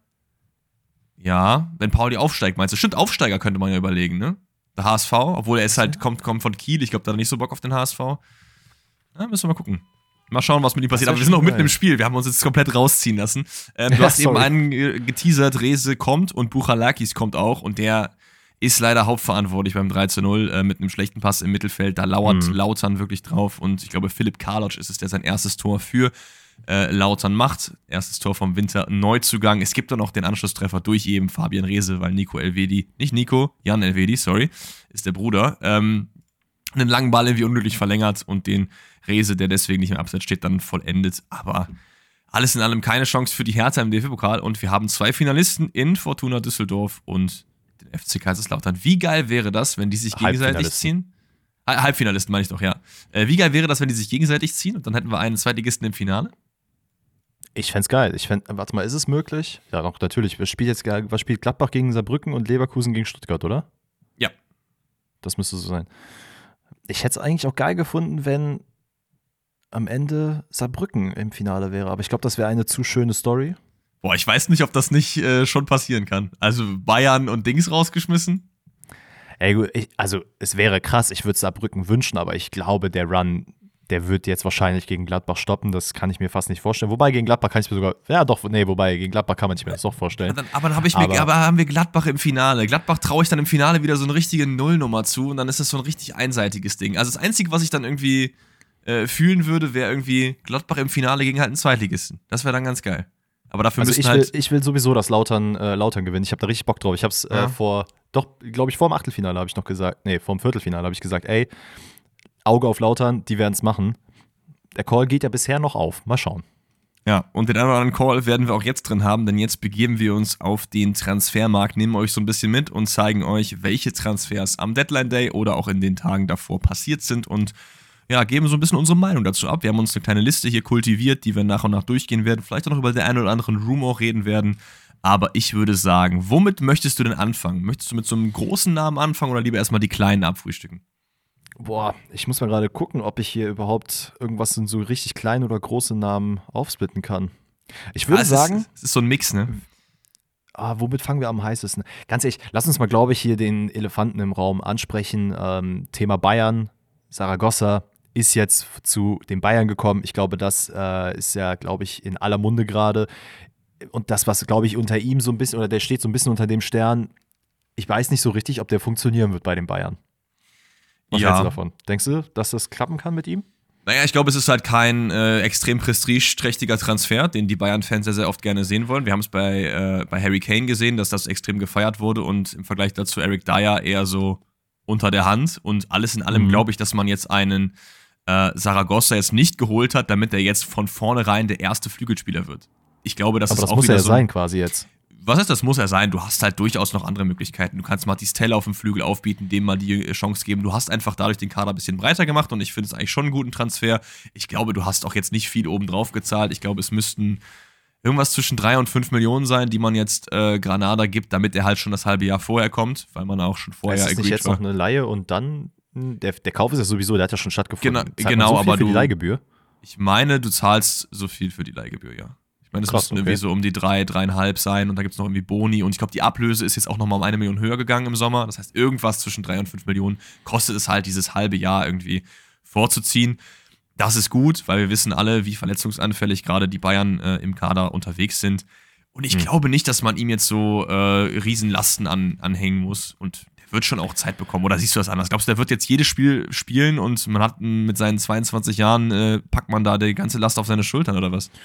Ja, wenn Pauli aufsteigt, meinst du? Stimmt, Aufsteiger könnte man ja überlegen, ne? Der HSV, obwohl er ist halt, kommt von Kiel. Ich glaube, da hat er nicht so Bock auf den HSV. Ja, müssen wir mal gucken. Mal schauen, was mit ihm passiert. Aber wir sind noch mitten im Spiel. Wir haben uns jetzt komplett rausziehen lassen. Du hast eben einen geteasert, Reese kommt und Buchalakis kommt auch. Und der ist leider hauptverantwortlich beim 3:0 mit einem schlechten Pass im Mittelfeld. Da lauert Lautern wirklich drauf. Und ich glaube, Philipp Karlotsch ist es, der sein erstes Tor für Lautern macht. Erstes Tor vom Winter, Neuzugang. Es gibt dann noch den Anschlusstreffer durch eben Fabian Reese, weil Jan Elvedi, sorry, ist der Bruder, einen langen Ball irgendwie unnötig verlängert und den Reese, der deswegen nicht im Abseits steht, dann vollendet. Aber alles in allem keine Chance für die Hertha im DFB-Pokal und wir haben 2 Finalisten in Fortuna Düsseldorf und den FC Kaiserslautern. Wie geil wäre das, wenn die sich gegenseitig ziehen? Halbfinalisten meine ich doch, ja. Wie geil wäre das, wenn die sich gegenseitig ziehen und dann hätten wir einen Zweitligisten im Finale?
Ich fänd's geil. Warte mal, ist es möglich? Ja, doch, natürlich. Was spielt Gladbach gegen Saarbrücken und Leverkusen gegen Stuttgart, oder?
Ja.
Das müsste so sein. Ich hätte es eigentlich auch geil gefunden, wenn am Ende Saarbrücken im Finale wäre. Aber ich glaube, das wäre eine zu schöne Story.
Boah, ich weiß nicht, ob das nicht schon passieren kann. Also Bayern und Dings rausgeschmissen.
Ey, gut, es wäre krass. Ich würde Saarbrücken wünschen, aber ich glaube, der Run, der wird jetzt wahrscheinlich gegen Gladbach stoppen. Das kann ich mir fast nicht vorstellen. Wobei, gegen Gladbach kann ich mir sogar, gegen Gladbach kann man sich mir das doch vorstellen.
Aber haben wir Gladbach im Finale. Gladbach traue ich dann im Finale wieder so eine richtige Nullnummer zu und dann ist das so ein richtig einseitiges Ding. Also das Einzige, was ich dann irgendwie fühlen würde, wäre irgendwie Gladbach im Finale gegen halt einen Zweitligisten. Das wäre dann ganz geil. Aber dafür
ich will sowieso, dass Lautern gewinnen. Ich habe da richtig Bock drauf. Ich habe es vor dem Achtelfinale habe ich noch gesagt, vor dem Viertelfinale habe ich gesagt, ey, Auge auf Lautern, die werden es machen. Der Call geht ja bisher noch auf. Mal schauen.
Ja, und den einen oder anderen Call werden wir auch jetzt drin haben, denn jetzt begeben wir uns auf den Transfermarkt, nehmen euch so ein bisschen mit und zeigen euch, welche Transfers am Deadline Day oder auch in den Tagen davor passiert sind und ja, geben so ein bisschen unsere Meinung dazu ab. Wir haben uns eine kleine Liste hier kultiviert, die wir nach und nach durchgehen werden, vielleicht auch noch über den einen oder anderen Rumor reden werden. Aber ich würde sagen, womit möchtest du denn anfangen? Möchtest du mit so einem großen Namen anfangen oder lieber erstmal die kleinen abfrühstücken?
Boah, ich muss mal gerade gucken, ob ich hier überhaupt irgendwas in so richtig kleine oder große Namen aufsplitten kann. Ich würde sagen.
Es ist so ein Mix, ne?
womit fangen wir am heißesten? Ganz ehrlich, lass uns mal, glaube ich, hier den Elefanten im Raum ansprechen. Thema Bayern, Saragossa ist jetzt zu den Bayern gekommen. Ich glaube, das ist ja, glaube ich, in aller Munde gerade. Und das, was, glaube ich, unter ihm so ein bisschen, oder der steht so ein bisschen unter dem Stern, ich weiß nicht so richtig, ob der funktionieren wird bei den Bayern. Was hältst du davon? Denkst du, dass das klappen kann mit ihm?
Naja, ich glaube, es ist halt kein extrem prestigeträchtiger Transfer, den die Bayern-Fans sehr, sehr oft gerne sehen wollen. Wir haben es bei Harry Kane gesehen, dass das extrem gefeiert wurde und im Vergleich dazu Eric Dyer eher so unter der Hand. Und alles in allem glaube ich, dass man jetzt einen Saragossa jetzt nicht geholt hat, damit er jetzt von vornherein der erste Flügelspieler wird. Ich glaube, das ist auch wieder so.
Aber das muss er ja sein quasi jetzt.
Was ist das? Muss er sein. Du hast halt durchaus noch andere Möglichkeiten. Du kannst Mathys Tel auf dem Flügel aufbieten, dem mal die Chance geben. Du hast einfach dadurch den Kader ein bisschen breiter gemacht und ich finde es eigentlich schon einen guten Transfer. Ich glaube, du hast auch jetzt nicht viel obendrauf gezahlt. Ich glaube, es müssten irgendwas zwischen 3 und 5 Millionen sein, die man jetzt Granada gibt, damit er halt schon das halbe Jahr vorher kommt, weil man auch schon vorher
ist das nicht jetzt noch eine Leihe und dann, der Kauf ist ja sowieso, der hat ja schon stattgefunden.
Genau,
so
aber
für die Leihgebühr?
Ich meine, du zahlst so viel für die Leihgebühr, ja. Ich meine, es müssten irgendwie so um die 3,5 sein und da gibt es noch irgendwie Boni und ich glaube, die Ablöse ist jetzt auch nochmal um 1 Million höher gegangen im Sommer. Das heißt, irgendwas zwischen 3 und 5 Millionen kostet es halt, dieses halbe Jahr irgendwie vorzuziehen. Das ist gut, weil wir wissen alle, wie verletzungsanfällig gerade die Bayern im Kader unterwegs sind. Und ich glaube nicht, dass man ihm jetzt so Riesenlasten anhängen muss und der wird schon auch Zeit bekommen. Oder siehst du das anders? Glaubst du, der wird jetzt jedes Spiel spielen und man hat mit seinen 22 Jahren, packt man da die ganze Last auf seine Schultern oder was?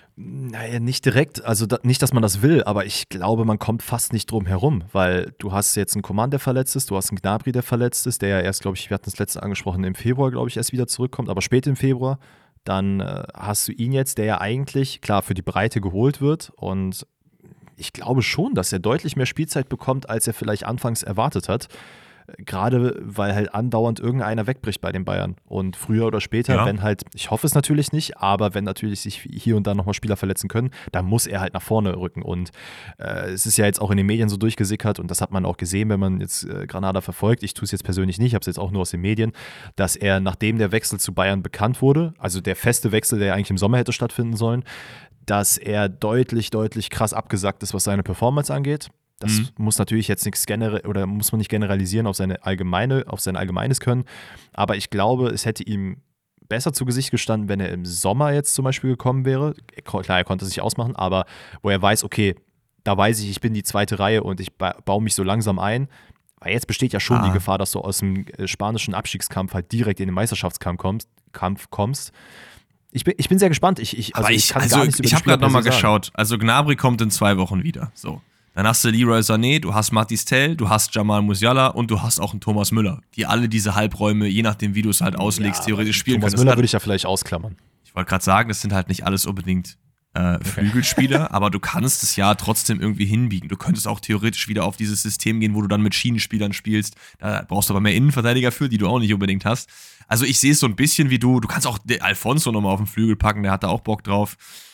Naja, nicht direkt, also nicht, dass man das will, aber ich glaube, man kommt fast nicht drum herum, weil du hast jetzt einen Coman, der verletzt ist, du hast einen Gnabry, der verletzt ist, der ja erst, glaube ich, wir hatten das letzte angesprochen, im Februar, glaube ich, erst wieder zurückkommt, aber spät im Februar. Dann hast du ihn jetzt, der ja eigentlich, klar, für die Breite geholt wird und ich glaube schon, dass er deutlich mehr Spielzeit bekommt, als er vielleicht anfangs erwartet hat. Gerade weil halt andauernd irgendeiner wegbricht bei den Bayern. Und früher oder später, wenn halt, ich hoffe es natürlich nicht, aber wenn natürlich sich hier und da nochmal Spieler verletzen können, dann muss er halt nach vorne rücken. Und es ist ja jetzt auch in den Medien so durchgesickert und das hat man auch gesehen, wenn man jetzt Granada verfolgt. Ich tue es jetzt persönlich nicht, ich habe es jetzt auch nur aus den Medien, dass er, nachdem der Wechsel zu Bayern bekannt wurde, also der feste Wechsel, der ja eigentlich im Sommer hätte stattfinden sollen, dass er deutlich, deutlich krass abgesackt ist, was seine Performance angeht. Das muss natürlich jetzt nichts oder muss man nicht generalisieren auf sein allgemeines Können. Aber ich glaube, es hätte ihm besser zu Gesicht gestanden, wenn er im Sommer jetzt zum Beispiel gekommen wäre. Klar, er konnte es sich ausmachen, aber wo er weiß, okay, da weiß ich bin die zweite Reihe und ich baue mich so langsam ein. Weil jetzt besteht ja schon die Gefahr, dass du aus dem spanischen Abstiegskampf halt direkt in den Meisterschaftskampf kommst. Ich bin sehr gespannt. Ich habe
gerade nochmal geschaut. Also Gnabry kommt in 2 Wochen wieder. So. Dann hast du Leroy Sané, du hast Mathys Tel, du hast Jamal Musiala und du hast auch einen Thomas Müller, die alle diese Halbräume, je nachdem wie du es halt auslegst, theoretisch spielen können.
Thomas Müller würde ich ja vielleicht ausklammern.
Ich wollte gerade sagen, das sind halt nicht alles unbedingt Flügelspieler, aber du kannst es ja trotzdem irgendwie hinbiegen. Du könntest auch theoretisch wieder auf dieses System gehen, wo du dann mit Schienenspielern spielst. Da brauchst du aber mehr Innenverteidiger für, die du auch nicht unbedingt hast. Also ich sehe es so ein bisschen wie du. Du kannst auch Alfonso nochmal auf den Flügel packen, der hat da auch Bock drauf.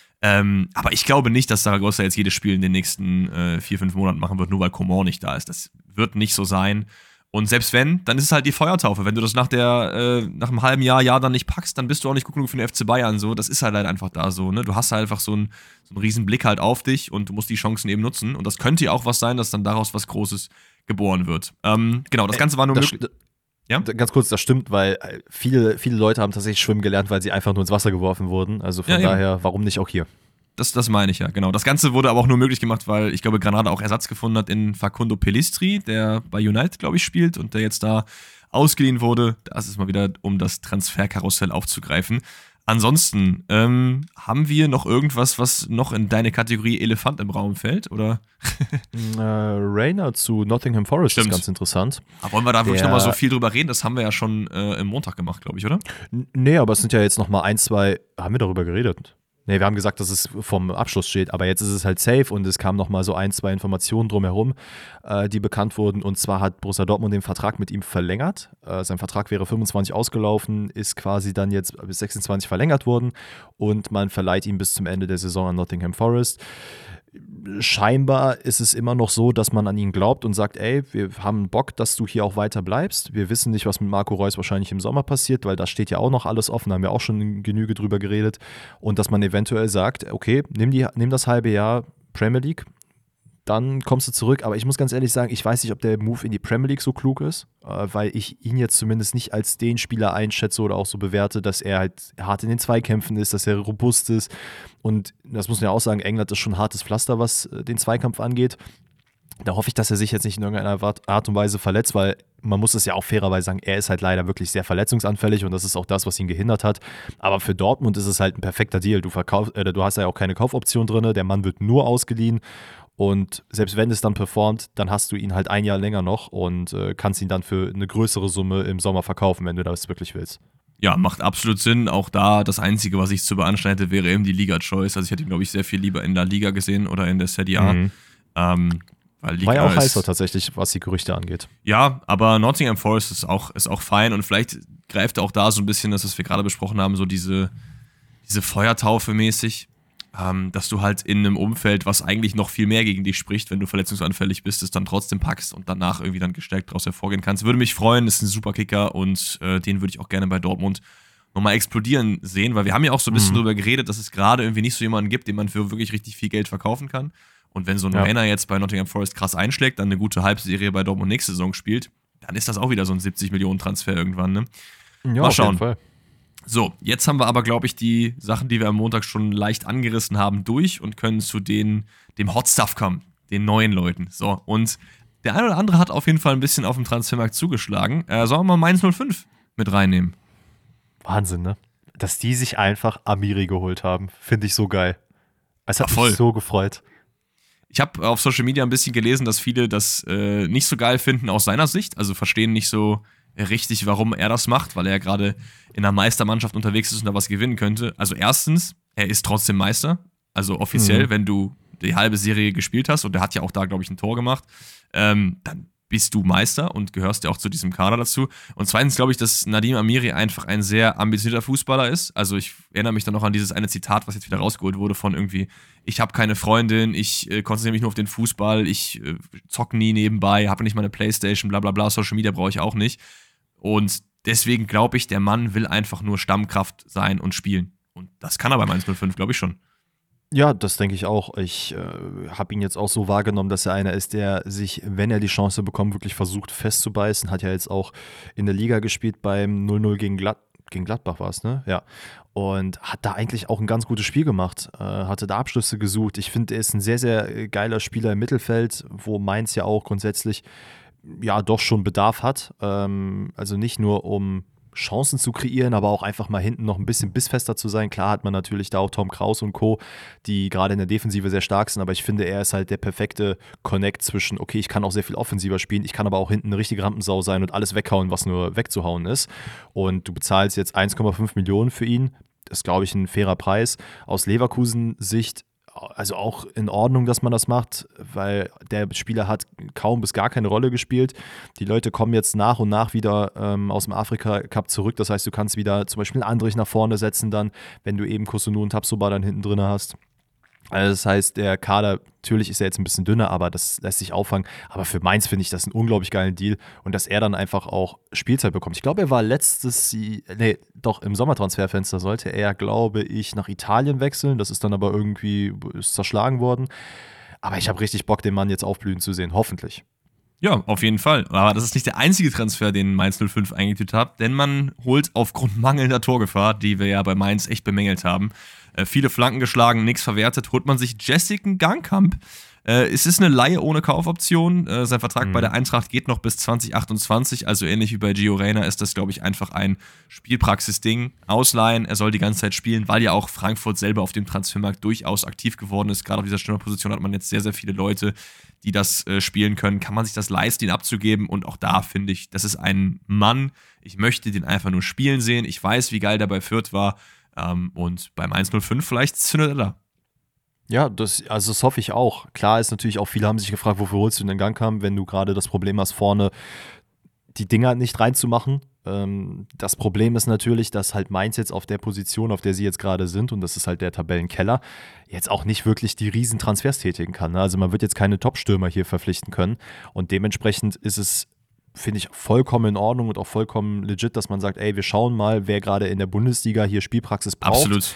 Aber ich glaube nicht, dass Saragossa jetzt jedes Spiel in den nächsten 4-5 Monaten machen wird, nur weil Coman nicht da ist. Das wird nicht so sein. Und selbst wenn, dann ist es halt die Feuertaufe. Wenn du das nach einem halben Jahr dann nicht packst, dann bist du auch nicht gut genug für den FC Bayern. So. Das ist halt einfach da so. Ne? Du hast halt einfach so einen riesen Blick halt auf dich und du musst die Chancen eben nutzen. Und das könnte ja auch was sein, dass dann daraus was Großes geboren wird. Genau, das Ganze war nur möglich.
Ja? Ganz kurz, das stimmt, weil viele Leute haben tatsächlich schwimmen gelernt, weil sie einfach nur ins Wasser geworfen wurden. Also von daher, warum nicht auch hier?
Das meine ich ja, genau. Das Ganze wurde aber auch nur möglich gemacht, weil ich glaube, Granada auch Ersatz gefunden hat in Facundo Pellistri, der bei United, glaube ich, spielt und der jetzt da ausgeliehen wurde. Das ist mal wieder, um das Transferkarussell aufzugreifen. Ansonsten, haben wir noch irgendwas, was noch in deine Kategorie Elefant im Raum fällt, oder?
Reina zu Nottingham Forest ist ganz interessant.
Aber wollen wir da wirklich nochmal so viel drüber reden? Das haben wir ja schon im Montag gemacht, glaube ich, oder?
Nee, aber es sind ja jetzt nochmal 1, 2, haben wir darüber geredet? Nee, wir haben gesagt, dass es vom Abschluss steht, aber jetzt ist es halt safe und es kamen nochmal so 1, 2 Informationen drumherum, die bekannt wurden. Und zwar hat Borussia Dortmund den Vertrag mit ihm verlängert. Sein Vertrag wäre 25 ausgelaufen, ist quasi dann jetzt bis 26 verlängert worden und man verleiht ihn bis zum Ende der Saison an Nottingham Forest. Scheinbar ist es immer noch so, dass man an ihn glaubt und sagt, ey, wir haben Bock, dass du hier auch weiter bleibst. Wir wissen nicht, was mit Marco Reus wahrscheinlich im Sommer passiert, weil da steht ja auch noch alles offen, da haben wir auch schon Genüge drüber geredet. Und dass man eventuell sagt, okay, nimm das halbe Jahr Premier League, dann kommst du zurück. Aber ich muss ganz ehrlich sagen, ich weiß nicht, ob der Move in die Premier League so klug ist, weil ich ihn jetzt zumindest nicht als den Spieler einschätze oder auch so bewerte, dass er halt hart in den Zweikämpfen ist, dass er robust ist. Und das muss man ja auch sagen, England ist schon ein hartes Pflaster, was den Zweikampf angeht. Da hoffe ich, dass er sich jetzt nicht in irgendeiner Art und Weise verletzt, weil man muss es ja auch fairerweise sagen, er ist halt leider wirklich sehr verletzungsanfällig und das ist auch das, was ihn gehindert hat. Aber für Dortmund ist es halt ein perfekter Deal. Du hast ja auch keine Kaufoption drin, der Mann wird nur ausgeliehen und selbst wenn es dann performt, dann hast du ihn halt ein Jahr länger noch und kannst ihn dann für eine größere Summe im Sommer verkaufen, wenn du das wirklich willst.
Ja, macht absolut Sinn. Auch da das Einzige, was ich zu beanstanden hätte, wäre eben die Liga-Choice. Also ich hätte ihn, glaube ich, sehr viel lieber in der Liga gesehen oder in der Serie A. Weil Liga
war ja auch heißer tatsächlich, was die Gerüchte angeht.
Ja, aber Nottingham Forest ist auch fein und vielleicht greift auch da so ein bisschen das, was wir gerade besprochen haben, so diese Feuertaufe mäßig, dass du halt in einem Umfeld, was eigentlich noch viel mehr gegen dich spricht, wenn du verletzungsanfällig bist, es dann trotzdem packst und danach irgendwie dann gestärkt daraus hervorgehen kannst. Würde mich freuen, ist ein super Kicker und den würde ich auch gerne bei Dortmund nochmal explodieren sehen, weil wir haben ja auch so ein bisschen drüber geredet, dass es gerade irgendwie nicht so jemanden gibt, den man für wirklich richtig viel Geld verkaufen kann. Und wenn so ein Reiner jetzt bei Nottingham Forest krass einschlägt, dann eine gute Halbserie bei Dortmund nächste Saison spielt, dann ist das auch wieder so ein 70-Millionen-Transfer irgendwann, ne?
Ja,
mal schauen.
Auf jeden Fall.
So, jetzt haben wir aber, glaube ich, die Sachen, die wir am Montag schon leicht angerissen haben, durch und können zu dem Hot Stuff kommen, den neuen Leuten. So, und der eine oder andere hat auf jeden Fall ein bisschen auf dem Transfermarkt zugeschlagen. Sollen wir mal Mainz 05 mit reinnehmen?
Wahnsinn, ne? Dass die sich einfach Amiri geholt haben, finde ich so geil. Es hat
voll.
mich so gefreut.
Ich habe auf Social Media ein bisschen gelesen, dass viele das nicht so geil finden aus seiner Sicht, also verstehen nicht so richtig, warum er das macht, weil er ja gerade in einer Meistermannschaft unterwegs ist und da was gewinnen könnte. Also erstens, er ist trotzdem Meister, also offiziell, wenn du die halbe Serie gespielt hast und er hat ja auch da, glaube ich, ein Tor gemacht, dann bist du Meister und gehörst ja auch zu diesem Kader dazu. Und zweitens glaube ich, dass Nadim Amiri einfach ein sehr ambitionierter Fußballer ist. Also ich erinnere mich dann noch an dieses eine Zitat, was jetzt wieder rausgeholt wurde von irgendwie, ich habe keine Freundin, ich konzentriere mich nur auf den Fußball, ich zock nie nebenbei, habe nicht mal eine Playstation, bla bla bla, Social Media brauche ich auch nicht. Und deswegen glaube ich, der Mann will einfach nur Stammkraft sein und spielen. Und das kann er bei Mainz 05, glaube ich schon.
Ja, das denke ich auch. Ich habe ihn jetzt auch so wahrgenommen, dass er einer ist, der sich, wenn er die Chance bekommt, wirklich versucht festzubeißen. Hat ja jetzt auch in der Liga gespielt beim 0-0 gegen Gladbach war es, ne? Ja. Und hat da eigentlich auch ein ganz gutes Spiel gemacht. Hatte da Abschlüsse gesucht. Ich finde, er ist ein sehr, sehr geiler Spieler im Mittelfeld, wo Mainz ja auch grundsätzlich ja doch schon Bedarf hat. Also nicht nur um Chancen zu kreieren, aber auch einfach mal hinten noch ein bisschen bissfester zu sein. Klar hat man natürlich da auch Tom Kraus und Co., die gerade in der Defensive sehr stark sind, aber ich finde, er ist halt der perfekte Connect zwischen, okay, ich kann auch sehr viel offensiver spielen, ich kann aber auch hinten eine richtige Rampensau sein und alles weghauen, was nur wegzuhauen ist. Und du bezahlst jetzt 1,5 Millionen für ihn. Das ist, glaube ich, ein fairer Preis. Aus Leverkusen-Sicht also auch in Ordnung, dass man das macht, weil der Spieler hat kaum bis gar keine Rolle gespielt. Die Leute kommen jetzt nach und nach wieder aus dem Afrika-Cup zurück. Das heißt, du kannst wieder zum Beispiel Andrich nach vorne setzen dann, wenn du eben Kusunu und Tabsoba dann hinten drin hast. Also das heißt, der Kader, natürlich ist er jetzt ein bisschen dünner, aber das lässt sich auffangen. Aber für Mainz finde ich das einen unglaublich geilen Deal und dass er dann einfach auch Spielzeit bekommt. Ich glaube, er war im Sommertransferfenster sollte er, glaube ich, nach Italien wechseln. Das ist dann aber irgendwie zerschlagen worden. Aber ich habe richtig Bock, den Mann jetzt aufblühen zu sehen, hoffentlich.
Ja, auf jeden Fall. Aber das ist nicht der einzige Transfer, den Mainz 05 eingetütet hat, denn man holt aufgrund mangelnder Torgefahr, die wir ja bei Mainz echt bemängelt haben, viele Flanken geschlagen, nichts verwertet, holt man sich Jessica Gangkamp. Es ist eine Leihe ohne Kaufoption. Sein Vertrag bei der Eintracht geht noch bis 2028, also ähnlich wie bei Gio Reyna ist das, glaube ich, einfach ein Spielpraxis-Ding. Ausleihen, er soll die ganze Zeit spielen, weil ja auch Frankfurt selber auf dem Transfermarkt durchaus aktiv geworden ist. Gerade auf dieser Stürmerposition hat man jetzt sehr, sehr viele Leute, die das spielen können. Kann man sich das leisten, ihn abzugeben? Und auch da finde ich, das ist ein Mann. Ich möchte den einfach nur spielen sehen. Ich weiß, wie geil der bei Fürth war. Und beim 105 vielleicht zündet er da.
Ja, das hoffe ich auch. Klar ist natürlich auch, viele haben sich gefragt, wofür holst du den Gang haben, wenn du gerade das Problem hast, vorne die Dinger nicht reinzumachen. Das Problem ist natürlich, dass halt Mainz jetzt auf der Position, auf der sie jetzt gerade sind, und das ist halt der Tabellenkeller, jetzt auch nicht wirklich die riesen Transfers tätigen kann. Ne? Also man wird jetzt keine Top-Stürmer hier verpflichten können und dementsprechend ist es, finde ich, vollkommen in Ordnung und auch vollkommen legit, dass man sagt, ey, wir schauen mal, wer gerade in der Bundesliga hier Spielpraxis braucht.
Absolut.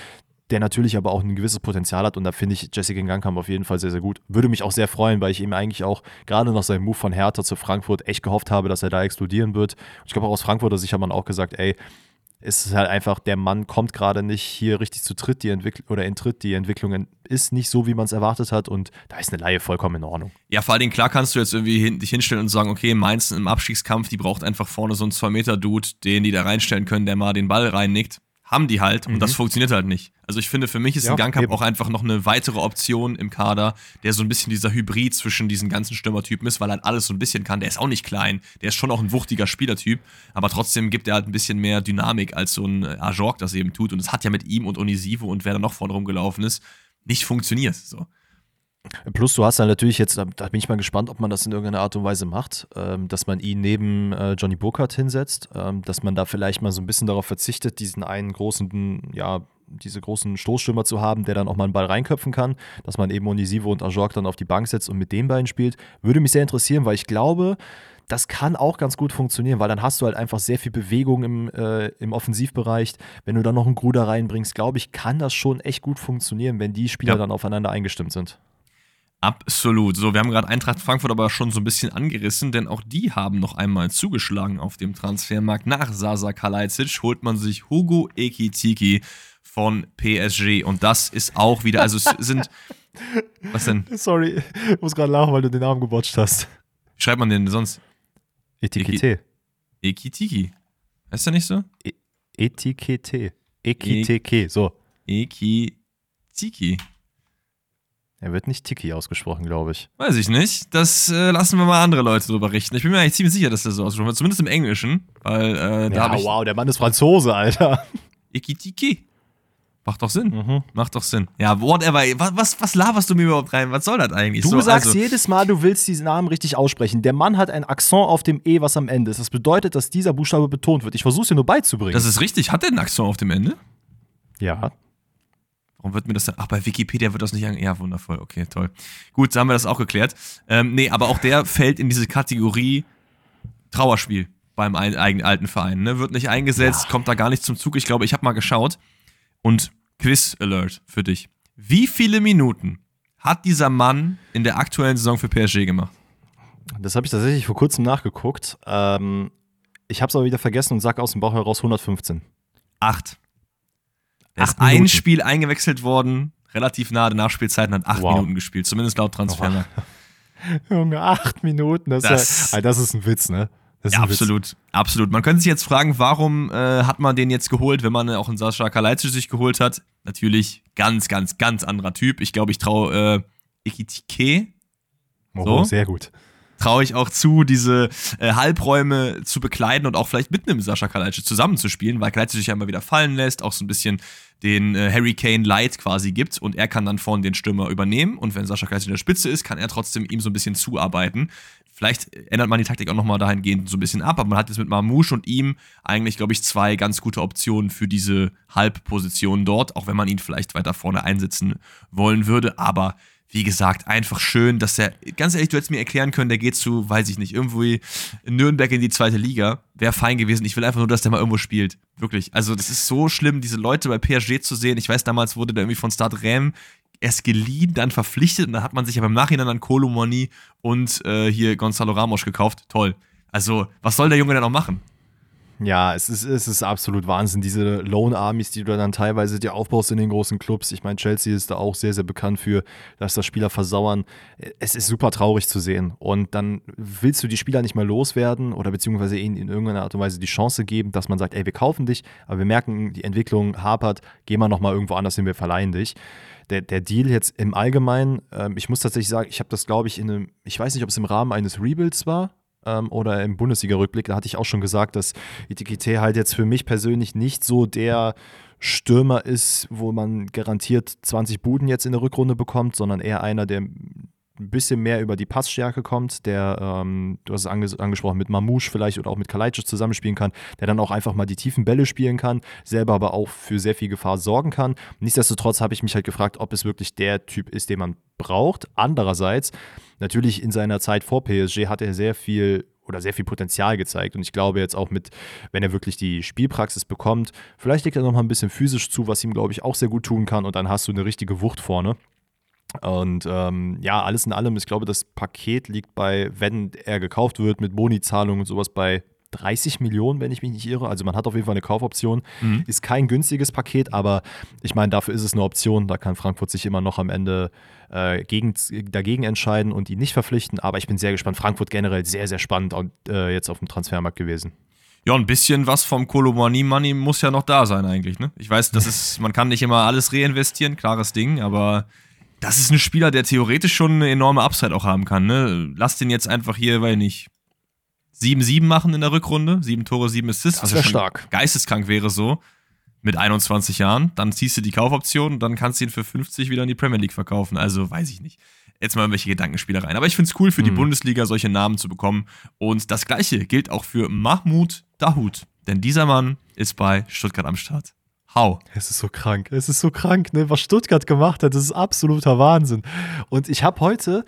der natürlich aber auch ein gewisses Potenzial hat und da finde ich Jesse Ngannou auf jeden Fall sehr, sehr gut. Würde mich auch sehr freuen, weil ich ihm eigentlich auch gerade nach seinem Move von Hertha zu Frankfurt echt gehofft habe, dass er da explodieren wird. Ich glaube auch aus Frankfurter Sicht hat man auch gesagt, ey, es ist halt einfach, der Mann kommt gerade nicht hier richtig zu Tritt, die Entwicklung ist nicht so, wie man es erwartet hat und da ist eine Leihe vollkommen in Ordnung.
Ja, vor allen Dingen, klar kannst du jetzt irgendwie dich hinstellen und sagen, okay, Mainz im Abstiegskampf, die braucht einfach vorne so einen 2-Meter-Dude, den die da reinstellen können, der mal den Ball reinnickt. Haben die halt und das funktioniert halt nicht. Also ich finde, für mich ist Ngannou auch einfach noch eine weitere Option im Kader, der so ein bisschen dieser Hybrid zwischen diesen ganzen Stürmertypen ist, weil er halt alles so ein bisschen kann. Der ist auch nicht klein, der ist schon auch ein wuchtiger Spielertyp, aber trotzdem gibt er halt ein bisschen mehr Dynamik, als so ein Ajorg das eben tut und es hat ja mit ihm und Onisivo und wer da noch vorne rumgelaufen ist, nicht funktioniert. So.
Plus, du hast ja natürlich jetzt, da bin ich mal gespannt, ob man das in irgendeiner Art und Weise macht, dass man ihn neben Johnny Burkhardt hinsetzt, dass man da vielleicht mal so ein bisschen darauf verzichtet, diese großen Stoßstürmer zu haben, der dann auch mal einen Ball reinköpfen kann, dass man eben Onisivo und Ajorg dann auf die Bank setzt und mit den beiden spielt. Würde mich sehr interessieren, weil ich glaube, das kann auch ganz gut funktionieren, weil dann hast du halt einfach sehr viel Bewegung im Offensivbereich. Wenn du dann noch einen Gruder reinbringst, glaube ich, kann das schon echt gut funktionieren, wenn die Spieler dann aufeinander eingestimmt sind.
Absolut. So, wir haben gerade Eintracht Frankfurt aber schon so ein bisschen angerissen, denn auch die haben noch einmal zugeschlagen auf dem Transfermarkt. Nach Sasa Kalajdzic holt man sich Hugo Ekitike von PSG und das ist auch wieder, also es sind, was denn?
Sorry, ich muss gerade lachen, weil du den Namen gebotcht hast.
Wie schreibt man den denn sonst?
Etikette.
Ekitike. Heißt der nicht so?
Etikette. Ekiteke, so.
Ekitike.
Er wird nicht Tiki ausgesprochen, glaube ich.
Weiß ich nicht. Das lassen wir mal andere Leute drüber richten. Ich bin mir eigentlich ziemlich sicher, dass das so ausgesprochen wird. Zumindest im Englischen. Weil da habe ich.
Wow, der Mann ist Franzose, Alter.
Ekitike. Macht doch Sinn. Macht doch Sinn. Ja, whatever. Was laberst du mir überhaupt rein? Was soll das eigentlich?
Du sagst jedes Mal, du willst diesen Namen richtig aussprechen. Der Mann hat ein Akzent auf dem E, was am Ende ist. Das bedeutet, dass dieser Buchstabe betont wird. Ich versuche es dir nur beizubringen.
Das ist richtig. Hat der einen Akzent auf dem Ende?
Ja.
Warum wird mir das dann? Ach, bei Wikipedia wird das nicht ja, wundervoll. Okay, toll. Gut, dann haben wir das auch geklärt. Nee, aber auch der fällt in diese Kategorie Trauerspiel beim eigenen alten Verein. Ne? Wird nicht eingesetzt, kommt da gar nicht zum Zug. Ich glaube, ich habe mal geschaut. Und Quiz-Alert für dich. Wie viele Minuten hat dieser Mann in der aktuellen Saison für PSG gemacht?
Das habe ich tatsächlich vor kurzem nachgeguckt. Ich habe es aber wieder vergessen und sage aus dem Bauch heraus 115.
8. Er ist ein Spiel eingewechselt worden, relativ nahe der Nachspielzeit und hat 8 Minuten gespielt, zumindest laut Transfermarkt.
Junge, 8 Minuten, das ist ein Witz, ne?
Ja, absolut, absolut. Man könnte sich jetzt fragen, warum hat man den jetzt geholt, wenn man auch einen Sasa Kalajdzic sich geholt hat? Natürlich ganz, ganz, ganz anderer Typ. Ich glaube, ich traue Ekitike.
So, sehr gut.
Traue ich auch zu, diese Halbräume zu bekleiden und auch vielleicht mit einem Sasa Kalajdzic zusammenzuspielen, weil Kalajdzic sich ja immer wieder fallen lässt, auch so ein bisschen den Harry Kane Light quasi gibt und er kann dann vorne den Stürmer übernehmen und wenn Sasa Kalajdzic in der Spitze ist, kann er trotzdem ihm so ein bisschen zuarbeiten. Vielleicht ändert man die Taktik auch nochmal dahingehend so ein bisschen ab, aber man hat jetzt mit Mamouche und ihm eigentlich, glaube ich, 2 ganz gute Optionen für diese Halbposition dort, auch wenn man ihn vielleicht weiter vorne einsetzen wollen würde, aber wie gesagt, einfach schön, dass der, ganz ehrlich, du hättest mir erklären können, der geht zu, weiß ich nicht, irgendwo in Nürnberg in die 2. Liga, wäre fein gewesen. Ich will einfach nur, dass der mal irgendwo spielt. Wirklich. Also, das ist so schlimm, diese Leute bei PSG zu sehen. Ich weiß, damals wurde der irgendwie von Stade Reims erst geliehen, dann verpflichtet und dann hat man sich aber im Nachhinein dann Kolo Muani und hier Gonzalo Ramos gekauft. Toll. Also, was soll der Junge denn auch machen?
Ja, es ist absolut Wahnsinn, diese Lone Armies, die du dann teilweise dir aufbaust in den großen Clubs. Ich meine, Chelsea ist da auch sehr, sehr bekannt für, dass das Spieler versauern. Es ist super traurig zu sehen. Und dann willst du die Spieler nicht mal loswerden oder beziehungsweise ihnen in irgendeiner Art und Weise die Chance geben, dass man sagt, ey, wir kaufen dich, aber wir merken, die Entwicklung hapert, geh mal nochmal irgendwo anders hin, wir verleihen dich. Der Deal jetzt im Allgemeinen, ich muss tatsächlich sagen, ich habe das, glaube ich, ich weiß nicht, ob es im Rahmen eines Rebuilds war, oder im Bundesliga-Rückblick, da hatte ich auch schon gesagt, dass Ekitike halt jetzt für mich persönlich nicht so der Stürmer ist, wo man garantiert 20 Buden jetzt in der Rückrunde bekommt, sondern eher einer, der ein bisschen mehr über die Passstärke kommt, der, du hast es angesprochen, mit Mamouche vielleicht oder auch mit Kalajdzic zusammenspielen kann, der dann auch einfach mal die tiefen Bälle spielen kann, selber aber auch für sehr viel Gefahr sorgen kann. Nichtsdestotrotz habe ich mich halt gefragt, ob es wirklich der Typ ist, den man braucht. Andererseits, natürlich in seiner Zeit vor PSG hat er sehr viel oder sehr viel Potenzial gezeigt. Und ich glaube jetzt auch wenn er wirklich die Spielpraxis bekommt, vielleicht legt er noch mal ein bisschen physisch zu, was ihm, glaube ich, auch sehr gut tun kann. Und dann hast du eine richtige Wucht vorne. Und alles in allem, ich glaube, das Paket liegt bei, wenn er gekauft wird, mit Boni-Zahlungen und sowas bei 30 Millionen, wenn ich mich nicht irre. Also man hat auf jeden Fall eine Kaufoption. Ist kein günstiges Paket, aber ich meine, dafür ist es eine Option. Da kann Frankfurt sich immer noch am Ende dagegen entscheiden und ihn nicht verpflichten. Aber ich bin sehr gespannt. Frankfurt generell sehr, sehr spannend und jetzt auf dem Transfermarkt gewesen.
Ja, ein bisschen was vom Kolomani-Money muss ja noch da sein eigentlich, ne? Ich weiß, man kann nicht immer alles reinvestieren, klares Ding, aber das ist ein Spieler, der theoretisch schon eine enorme Upside auch haben kann, ne? Lass den jetzt einfach hier, weil nicht 7-7 machen in der Rückrunde, 7 Tore, 7 Assists.
Das wäre stark.
Geisteskrank wäre so, mit 21 Jahren. Dann ziehst du die Kaufoption und dann kannst du ihn für 50 wieder in die Premier League verkaufen. Also, weiß ich nicht. Jetzt mal irgendwelche Gedankenspielereien. Aber ich finde es cool für die Bundesliga, solche Namen zu bekommen. Und das Gleiche gilt auch für Mahmoud Dahoud. Denn dieser Mann ist bei Stuttgart am Start. How?
Es ist so krank, ne? Was Stuttgart gemacht hat, das ist absoluter Wahnsinn. Und ich habe heute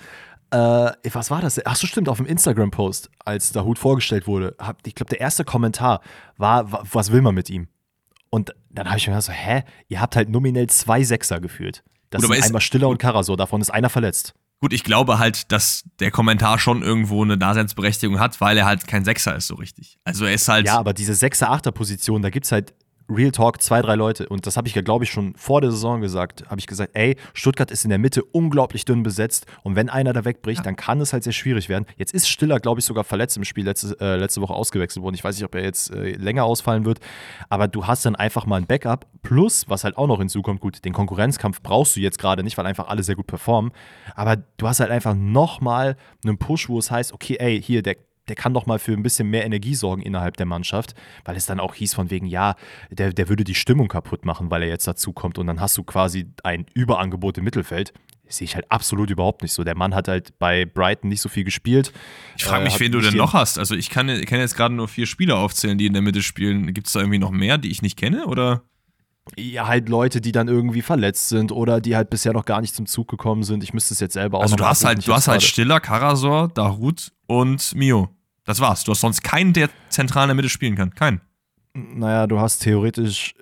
was war das? Ach so, stimmt, auf dem Instagram-Post, als Dahoud vorgestellt wurde, ich glaube, der erste Kommentar war, was will man mit ihm? Und dann habe ich mir gedacht so, ihr habt halt nominell 2 Sechser gefühlt. Das sind einmal Stiller und Karasor, davon ist einer verletzt.
Gut, ich glaube halt, dass der Kommentar schon irgendwo eine Daseinsberechtigung hat, weil er halt kein Sechser ist so richtig. Also er ist halt...
Ja, aber diese 6er-8er-Position, da gibt es halt Real Talk 2, 3 Leute. Und das habe ich ja, glaube ich, schon vor der Saison gesagt. Habe ich gesagt, Stuttgart ist in der Mitte unglaublich dünn besetzt. Und wenn einer da wegbricht, dann kann es halt sehr schwierig werden. Jetzt ist Stiller, glaube ich, sogar verletzt im Spiel letzte Woche ausgewechselt worden. Ich weiß nicht, ob er jetzt länger ausfallen wird. Aber du hast dann einfach mal ein Backup. Plus, was halt auch noch hinzukommt, gut, den Konkurrenzkampf brauchst du jetzt gerade nicht, weil einfach alle sehr gut performen. Aber du hast halt einfach nochmal einen Push, wo es heißt, okay, hier, der kann doch mal für ein bisschen mehr Energie sorgen innerhalb der Mannschaft, weil es dann auch hieß von wegen, ja, der würde die Stimmung kaputt machen, weil er jetzt dazu kommt und dann hast du quasi ein Überangebot im Mittelfeld. Das sehe ich halt absolut überhaupt nicht so. Der Mann hat halt bei Brighton nicht so viel gespielt.
Ich frage mich, wen du denn noch hast. Also ich kann jetzt gerade nur 4 Spieler aufzählen, die in der Mitte spielen. Gibt es da irgendwie noch mehr, die ich nicht kenne, oder?
Ja, halt Leute, die dann irgendwie verletzt sind oder die halt bisher noch gar nicht zum Zug gekommen sind. Ich müsste es jetzt selber auch
also
noch
du hast halt Stiller, Karasor, Dahoud und Mio. Das war's. Du hast sonst keinen, der zentral in der Mitte spielen kann. Keinen.
Naja, du hast theoretisch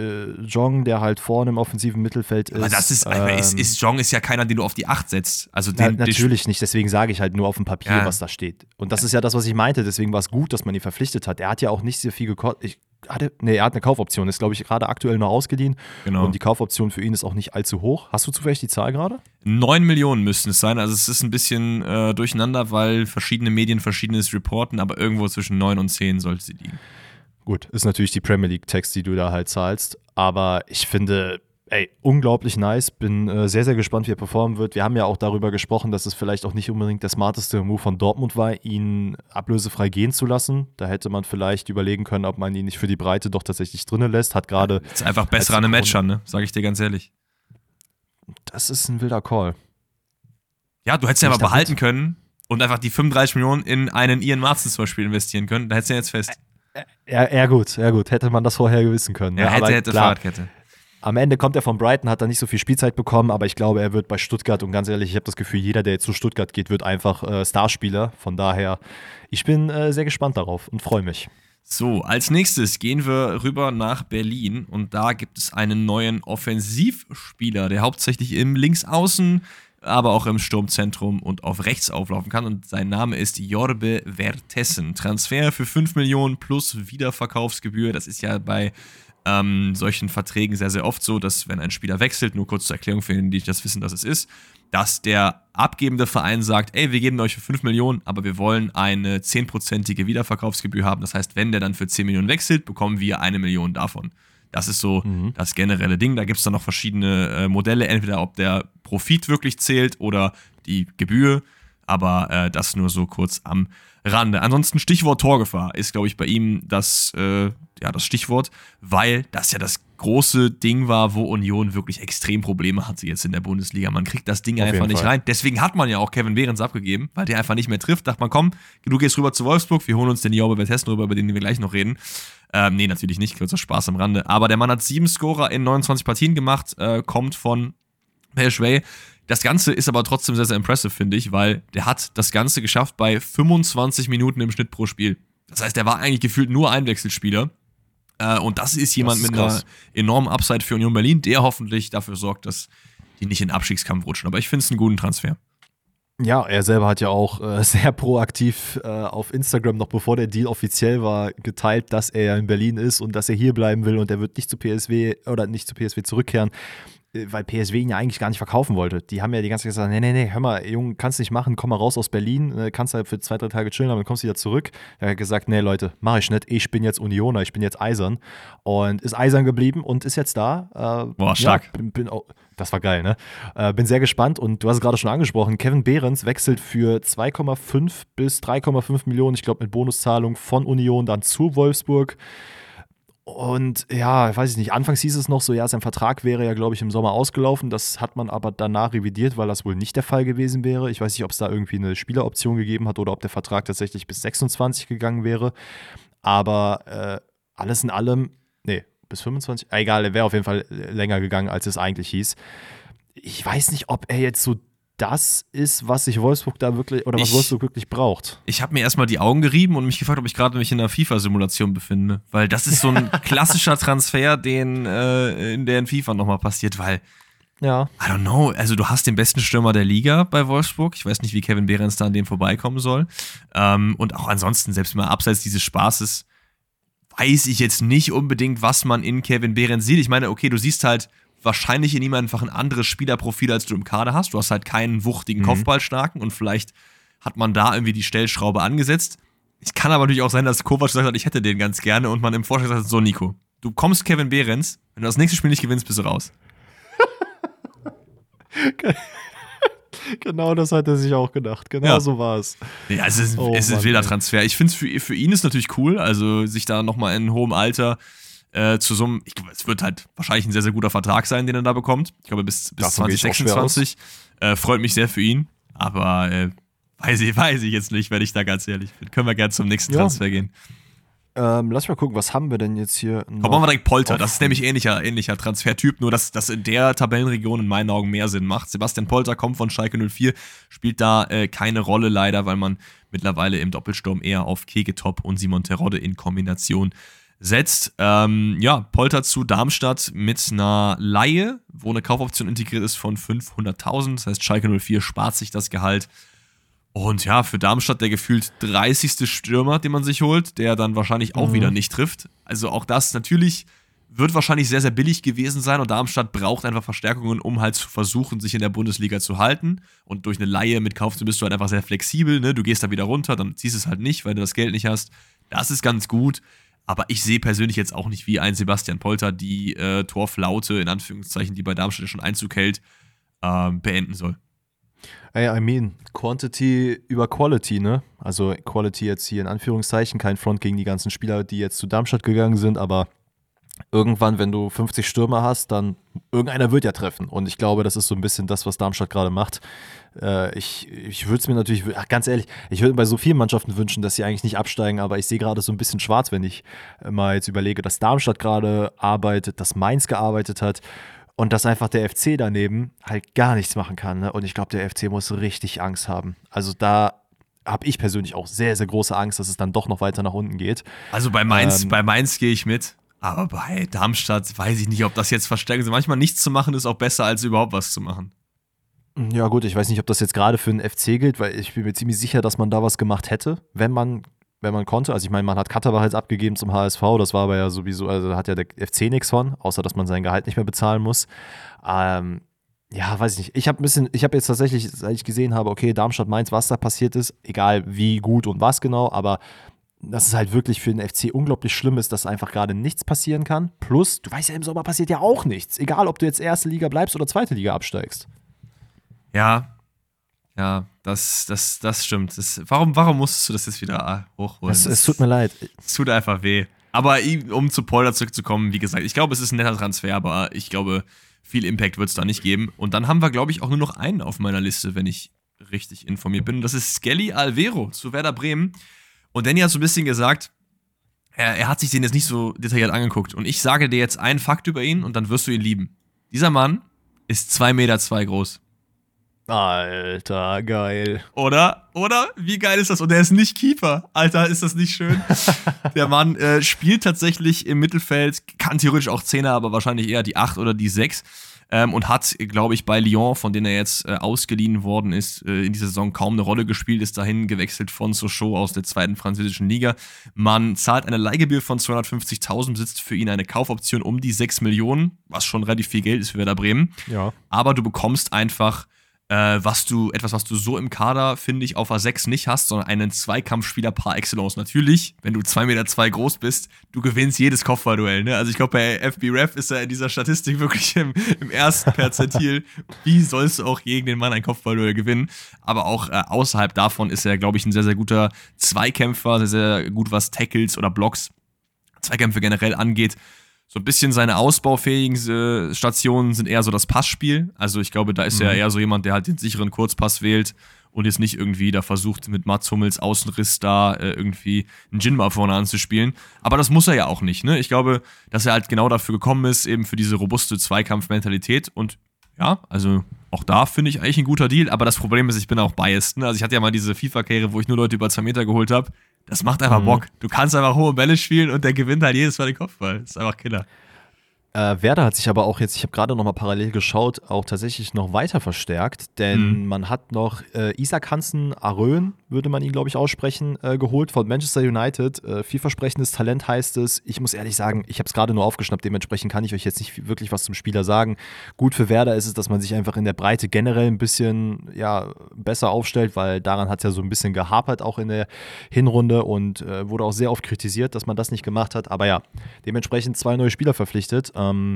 Jong, der halt vorne im offensiven Mittelfeld ist.
Aber das ist Jong ist ja keiner, den du auf die 8 setzt. Also
natürlich nicht, deswegen sage ich halt nur auf dem Papier, was da steht. Und das ist ja das, was ich meinte, deswegen war es gut, dass man ihn verpflichtet hat. Er hat ja auch nicht sehr viel gekostet. Er hat eine Kaufoption, ist, glaube ich, gerade aktuell noch ausgeliehen.
Genau.
Und die Kaufoption für ihn ist auch nicht allzu hoch. Hast du zufällig die Zahl gerade?
9 Millionen müssten es sein. Also es ist ein bisschen durcheinander, weil verschiedene Medien verschiedenes reporten, aber irgendwo zwischen 9 und 10 sollte sie liegen.
Gut, ist natürlich die Premier League-Text, die du da halt zahlst. Aber ich finde, unglaublich nice. Bin sehr, sehr gespannt, wie er performen wird. Wir haben ja auch darüber gesprochen, dass es vielleicht auch nicht unbedingt der smarteste Move von Dortmund war, ihn ablösefrei gehen zu lassen. Da hätte man vielleicht überlegen können, ob man ihn nicht für die Breite doch tatsächlich drinnen lässt. Hat gerade.
Ist einfach besser an einem Matcher, ne? Sag ich dir ganz ehrlich.
Das ist ein wilder Call.
Ja, du hättest ihn aber behalten können und einfach die 35 Millionen in einen Ian Martin zum Beispiel investieren können. Da hättest du ihn jetzt fest.
Ja, gut. Hätte man das vorher wissen können.
Ja, hätte Fahrradkette.
Am Ende kommt er von Brighton, hat da nicht so viel Spielzeit bekommen, aber ich glaube, er wird bei Stuttgart, und ganz ehrlich, ich habe das Gefühl, jeder, der jetzt zu Stuttgart geht, wird einfach Starspieler. Von daher, ich bin sehr gespannt darauf und freue mich.
So, als nächstes gehen wir rüber nach Berlin und da gibt es einen neuen Offensivspieler, der hauptsächlich im Linksaußen, aber auch im Sturmzentrum und auf rechts auflaufen kann. Und sein Name ist Jorbe Vertessen. Transfer für 5 Millionen plus Wiederverkaufsgebühr. Das ist ja bei solchen Verträgen sehr, sehr oft so, dass wenn ein Spieler wechselt, nur kurz zur Erklärung für die nicht das wissen, dass es ist, dass der abgebende Verein sagt, wir geben euch für 5 Millionen, aber wir wollen eine 10%ige Wiederverkaufsgebühr haben. Das heißt, wenn der dann für 10 Millionen wechselt, bekommen wir 1 Million davon. Das ist so das generelle Ding. Da gibt es dann noch verschiedene Modelle, entweder ob der Profit wirklich zählt oder die Gebühr, aber das nur so kurz am Rande. Ansonsten Stichwort Torgefahr ist, glaube ich, bei ihm das Stichwort, weil das ja das große Ding war, wo Union wirklich extrem Probleme hatte jetzt in der Bundesliga. Man kriegt das Ding einfach nicht rein. Deswegen hat man ja auch Kevin Behrens abgegeben, weil der einfach nicht mehr trifft. Dachte man, komm, du gehst rüber zu Wolfsburg, wir holen uns den Jorbe Vertessen rüber, über den wir gleich noch reden. Nee, natürlich nicht, kurzer Spaß am Rande. Aber der Mann hat 7 Scorer in 29 Partien gemacht, kommt von Herr Schwey. Das Ganze ist aber trotzdem sehr, sehr impressive, finde ich, weil der hat das Ganze geschafft bei 25 Minuten im Schnitt pro Spiel. Das heißt, der war eigentlich gefühlt nur Einwechselspieler. Und das ist jemand mit einer enormen Upside für Union Berlin, der hoffentlich dafür sorgt, dass die nicht in den Abstiegskampf rutschen. Aber ich finde es einen guten Transfer.
Ja, er selber hat ja auch sehr proaktiv auf Instagram, noch bevor der Deal offiziell war, geteilt, dass er ja in Berlin ist und dass er hier bleiben will und er wird nicht zu PSW zurückkehren, weil PSW ihn ja eigentlich gar nicht verkaufen wollte. Die haben ja die ganze Zeit gesagt, nee, hör mal, Junge, kannst nicht machen, komm mal raus aus Berlin, kannst halt für 2-3 Tage chillen, aber dann kommst du wieder zurück. Er hat gesagt, nee, Leute, mach ich nicht, ich bin jetzt Unioner, ich bin jetzt eisern und ist eisern geblieben und ist jetzt da.
Boah, stark.
Ja, das war geil, ne? Bin sehr gespannt und du hast es gerade schon angesprochen, Kevin Behrens wechselt für 2,5 bis 3,5 Millionen, ich glaube mit Bonuszahlung von Union dann zu Wolfsburg. Und ja, weiß ich nicht, anfangs hieß es noch so, ja, sein Vertrag wäre ja, glaube ich, im Sommer ausgelaufen. Das hat man aber danach revidiert, weil das wohl nicht der Fall gewesen wäre. Ich weiß nicht, ob es da irgendwie eine Spieleroption gegeben hat oder ob der Vertrag tatsächlich bis 26 gegangen wäre. Aber alles in allem, bis 25, egal, er wäre auf jeden Fall länger gegangen, als es eigentlich hieß. Ich weiß nicht, ob er jetzt so das ist, was sich Wolfsburg da wirklich, oder was Wolfsburg wirklich braucht.
Ich habe mir erstmal die Augen gerieben und mich gefragt, ob ich gerade mich in einer FIFA-Simulation befinde. Weil das ist so ein klassischer Transfer, der in FIFA nochmal passiert, weil,
ja,
I don't know, also du hast den besten Stürmer der Liga bei Wolfsburg. Ich weiß nicht, wie Kevin Behrens da an dem vorbeikommen soll. Und auch ansonsten, selbst mal abseits dieses Spaßes, weiß ich jetzt nicht unbedingt, was man in Kevin Behrens sieht. Ich meine, okay, du siehst halt wahrscheinlich in ihm einfach ein anderes Spielerprofil, als du im Kader hast. Du hast halt keinen wuchtigen Kopfballstarken und vielleicht hat man da irgendwie die Stellschraube angesetzt. Es kann aber natürlich auch sein, dass Kovac gesagt hat, ich hätte den ganz gerne und man im Vorschlag sagt, so Nico, du kommst Kevin Behrens, wenn du das nächste Spiel nicht gewinnst, bist du raus.
Genau das hat er sich auch gedacht. Genau so war es.
Ja, es ist ein wilder Transfer. Ich finde es für ihn ist natürlich cool, also sich da nochmal in hohem Alter zu so einem, es wird halt wahrscheinlich ein sehr, sehr guter Vertrag sein, den er da bekommt. Ich glaube, bis 2026. Freut mich sehr für ihn, aber weiß ich jetzt nicht, wenn ich da ganz ehrlich bin. Können wir gerne zum nächsten Transfer gehen.
Lass mal gucken, was haben wir denn jetzt hier noch?
Machen wir direkt Polter, das ist nämlich ähnlicher Transfertyp, nur dass das in der Tabellenregion in meinen Augen mehr Sinn macht. Sebastian Polter kommt von Schalke 04, spielt da keine Rolle leider, weil man mittlerweile im Doppelsturm eher auf Kegetop und Simon Terodde in Kombination setzt. Polter zu Darmstadt mit einer Leihe, wo eine Kaufoption integriert ist von 500.000. Das heißt, Schalke 04 spart sich das Gehalt. Und ja, für Darmstadt der gefühlt 30. Stürmer, den man sich holt, der dann wahrscheinlich auch wieder nicht trifft. Also auch das natürlich wird wahrscheinlich sehr, sehr billig gewesen sein und Darmstadt braucht einfach Verstärkungen, um halt zu versuchen, sich in der Bundesliga zu halten. Und durch eine Leihe mit Kauf bist du halt einfach sehr flexibel. Ne? Du gehst da wieder runter, dann ziehst du es halt nicht, weil du das Geld nicht hast. Das ist ganz gut. Aber ich sehe persönlich jetzt auch nicht, wie ein Sebastian Polter die Torflaute, in Anführungszeichen, die bei Darmstadt schon Einzug hält, beenden soll.
I mean, Quantity über Quality, ne? Also Quality jetzt hier in Anführungszeichen, kein Front gegen die ganzen Spieler, die jetzt zu Darmstadt gegangen sind, aber irgendwann, wenn du 50 Stürmer hast, dann irgendeiner wird ja treffen. Und ich glaube, das ist so ein bisschen das, was Darmstadt gerade macht. Ich würde es mir natürlich, ganz ehrlich, ich würde bei so vielen Mannschaften wünschen, dass sie eigentlich nicht absteigen, aber ich sehe gerade so ein bisschen schwarz, wenn ich mal jetzt überlege, dass Darmstadt gerade arbeitet, dass Mainz gearbeitet hat und dass einfach der FC daneben halt gar nichts machen kann. Ne? Und ich glaube, der FC muss richtig Angst haben. Also da habe ich persönlich auch sehr, sehr große Angst, dass es dann doch noch weiter nach unten geht.
Also bei Mainz gehe ich mit. Aber bei Darmstadt weiß ich nicht, ob das jetzt Verstärkung ist. Manchmal nichts zu machen ist auch besser, als überhaupt was zu machen.
Ja gut, ich weiß nicht, ob das jetzt gerade für den FC gilt, weil ich bin mir ziemlich sicher, dass man da was gemacht hätte, wenn man konnte. Also ich meine, man hat Katterbach jetzt abgegeben zum HSV, das war aber ja sowieso, also da hat ja der FC nichts von, außer dass man sein Gehalt nicht mehr bezahlen muss. Ja, weiß ich nicht. Ich habe jetzt tatsächlich, als ich gesehen habe, okay, Darmstadt-Mainz, was da passiert ist, egal wie gut und was genau, aber dass es halt wirklich für den FC unglaublich schlimm ist, dass einfach gerade nichts passieren kann. Plus, du weißt ja, im Sommer passiert ja auch nichts. Egal, ob du jetzt erste Liga bleibst oder zweite Liga absteigst.
Ja, das stimmt. Warum musstest du das jetzt wieder hochholen?
Es tut mir leid.
Es tut einfach weh. Aber um zu Polter zurückzukommen, wie gesagt, ich glaube, es ist ein netter Transfer, aber ich glaube, viel Impact wird es da nicht geben. Und dann haben wir, glaube ich, auch nur noch einen auf meiner Liste, wenn ich richtig informiert bin. Und das ist Skelly Alvero zu Werder Bremen. Und Danny hat so ein bisschen gesagt, er hat sich den jetzt nicht so detailliert angeguckt. Und ich sage dir jetzt einen Fakt über ihn und dann wirst du ihn lieben. Dieser Mann ist 2,2 Meter groß.
Alter, geil.
Oder? Wie geil ist das? Und der ist nicht Keeper. Alter, ist das nicht schön? Der Mann spielt tatsächlich im Mittelfeld, kann theoretisch auch Zehner, aber wahrscheinlich eher die 8 oder die 6. Und hat, glaube ich, bei Lyon, von denen er jetzt ausgeliehen worden ist, in dieser Saison kaum eine Rolle gespielt, ist dahin gewechselt von Sochaux aus der 2. französischen Liga. Man zahlt eine Leihgebühr von 250.000, besitzt für ihn eine Kaufoption um die 6 Millionen, was schon relativ viel Geld ist für Werder Bremen.
Ja.
Aber du bekommst einfach was du so im Kader, finde ich, auf A6 nicht hast, sondern einen Zweikampfspieler par excellence. Natürlich, wenn du 2,2 Meter groß bist, du gewinnst jedes Kopfballduell. Ne? Also ich glaube, bei FBref ist er in dieser Statistik wirklich im ersten Perzentil. Wie sollst du auch gegen den Mann ein Kopfballduell gewinnen? Aber auch außerhalb davon ist er, glaube ich, ein sehr, sehr guter Zweikämpfer, sehr, sehr gut, was Tackles oder Blocks, Zweikämpfe generell angeht. So ein bisschen seine ausbaufähigen Stationen sind eher so das Passspiel. Also ich glaube, da ist er eher so jemand, der halt den sicheren Kurzpass wählt und jetzt nicht irgendwie da versucht, mit Mats Hummels Außenriss da irgendwie einen Jinma vorne anzuspielen. Aber das muss er ja auch nicht. Ne? Ich glaube, dass er halt genau dafür gekommen ist, eben für diese robuste Zweikampfmentalität. Und ja, also auch da finde ich eigentlich ein guter Deal. Aber das Problem ist, ich bin auch biased. Ne? Also ich hatte ja mal diese FIFA-Karriere, wo ich nur Leute über 2 Meter geholt habe. Das macht einfach Bock. Du kannst einfach hohe Bälle spielen und der gewinnt halt jedes Mal den Kopfball. Das ist einfach Killer.
Werder hat sich aber auch jetzt, ich habe gerade noch mal parallel geschaut, auch tatsächlich noch weiter verstärkt, denn man hat noch Isaac Hansen Arön, würde man ihn, glaube ich, aussprechen, geholt von Manchester United. Vielversprechendes Talent heißt es. Ich muss ehrlich sagen, ich habe es gerade nur aufgeschnappt, dementsprechend kann ich euch jetzt nicht wirklich was zum Spieler sagen. Gut für Werder ist es, dass man sich einfach in der Breite generell ein bisschen besser aufstellt, weil daran hat es ja so ein bisschen gehapert, auch in der Hinrunde und wurde auch sehr oft kritisiert, dass man das nicht gemacht hat. Aber ja, dementsprechend 2 neue Spieler verpflichtet.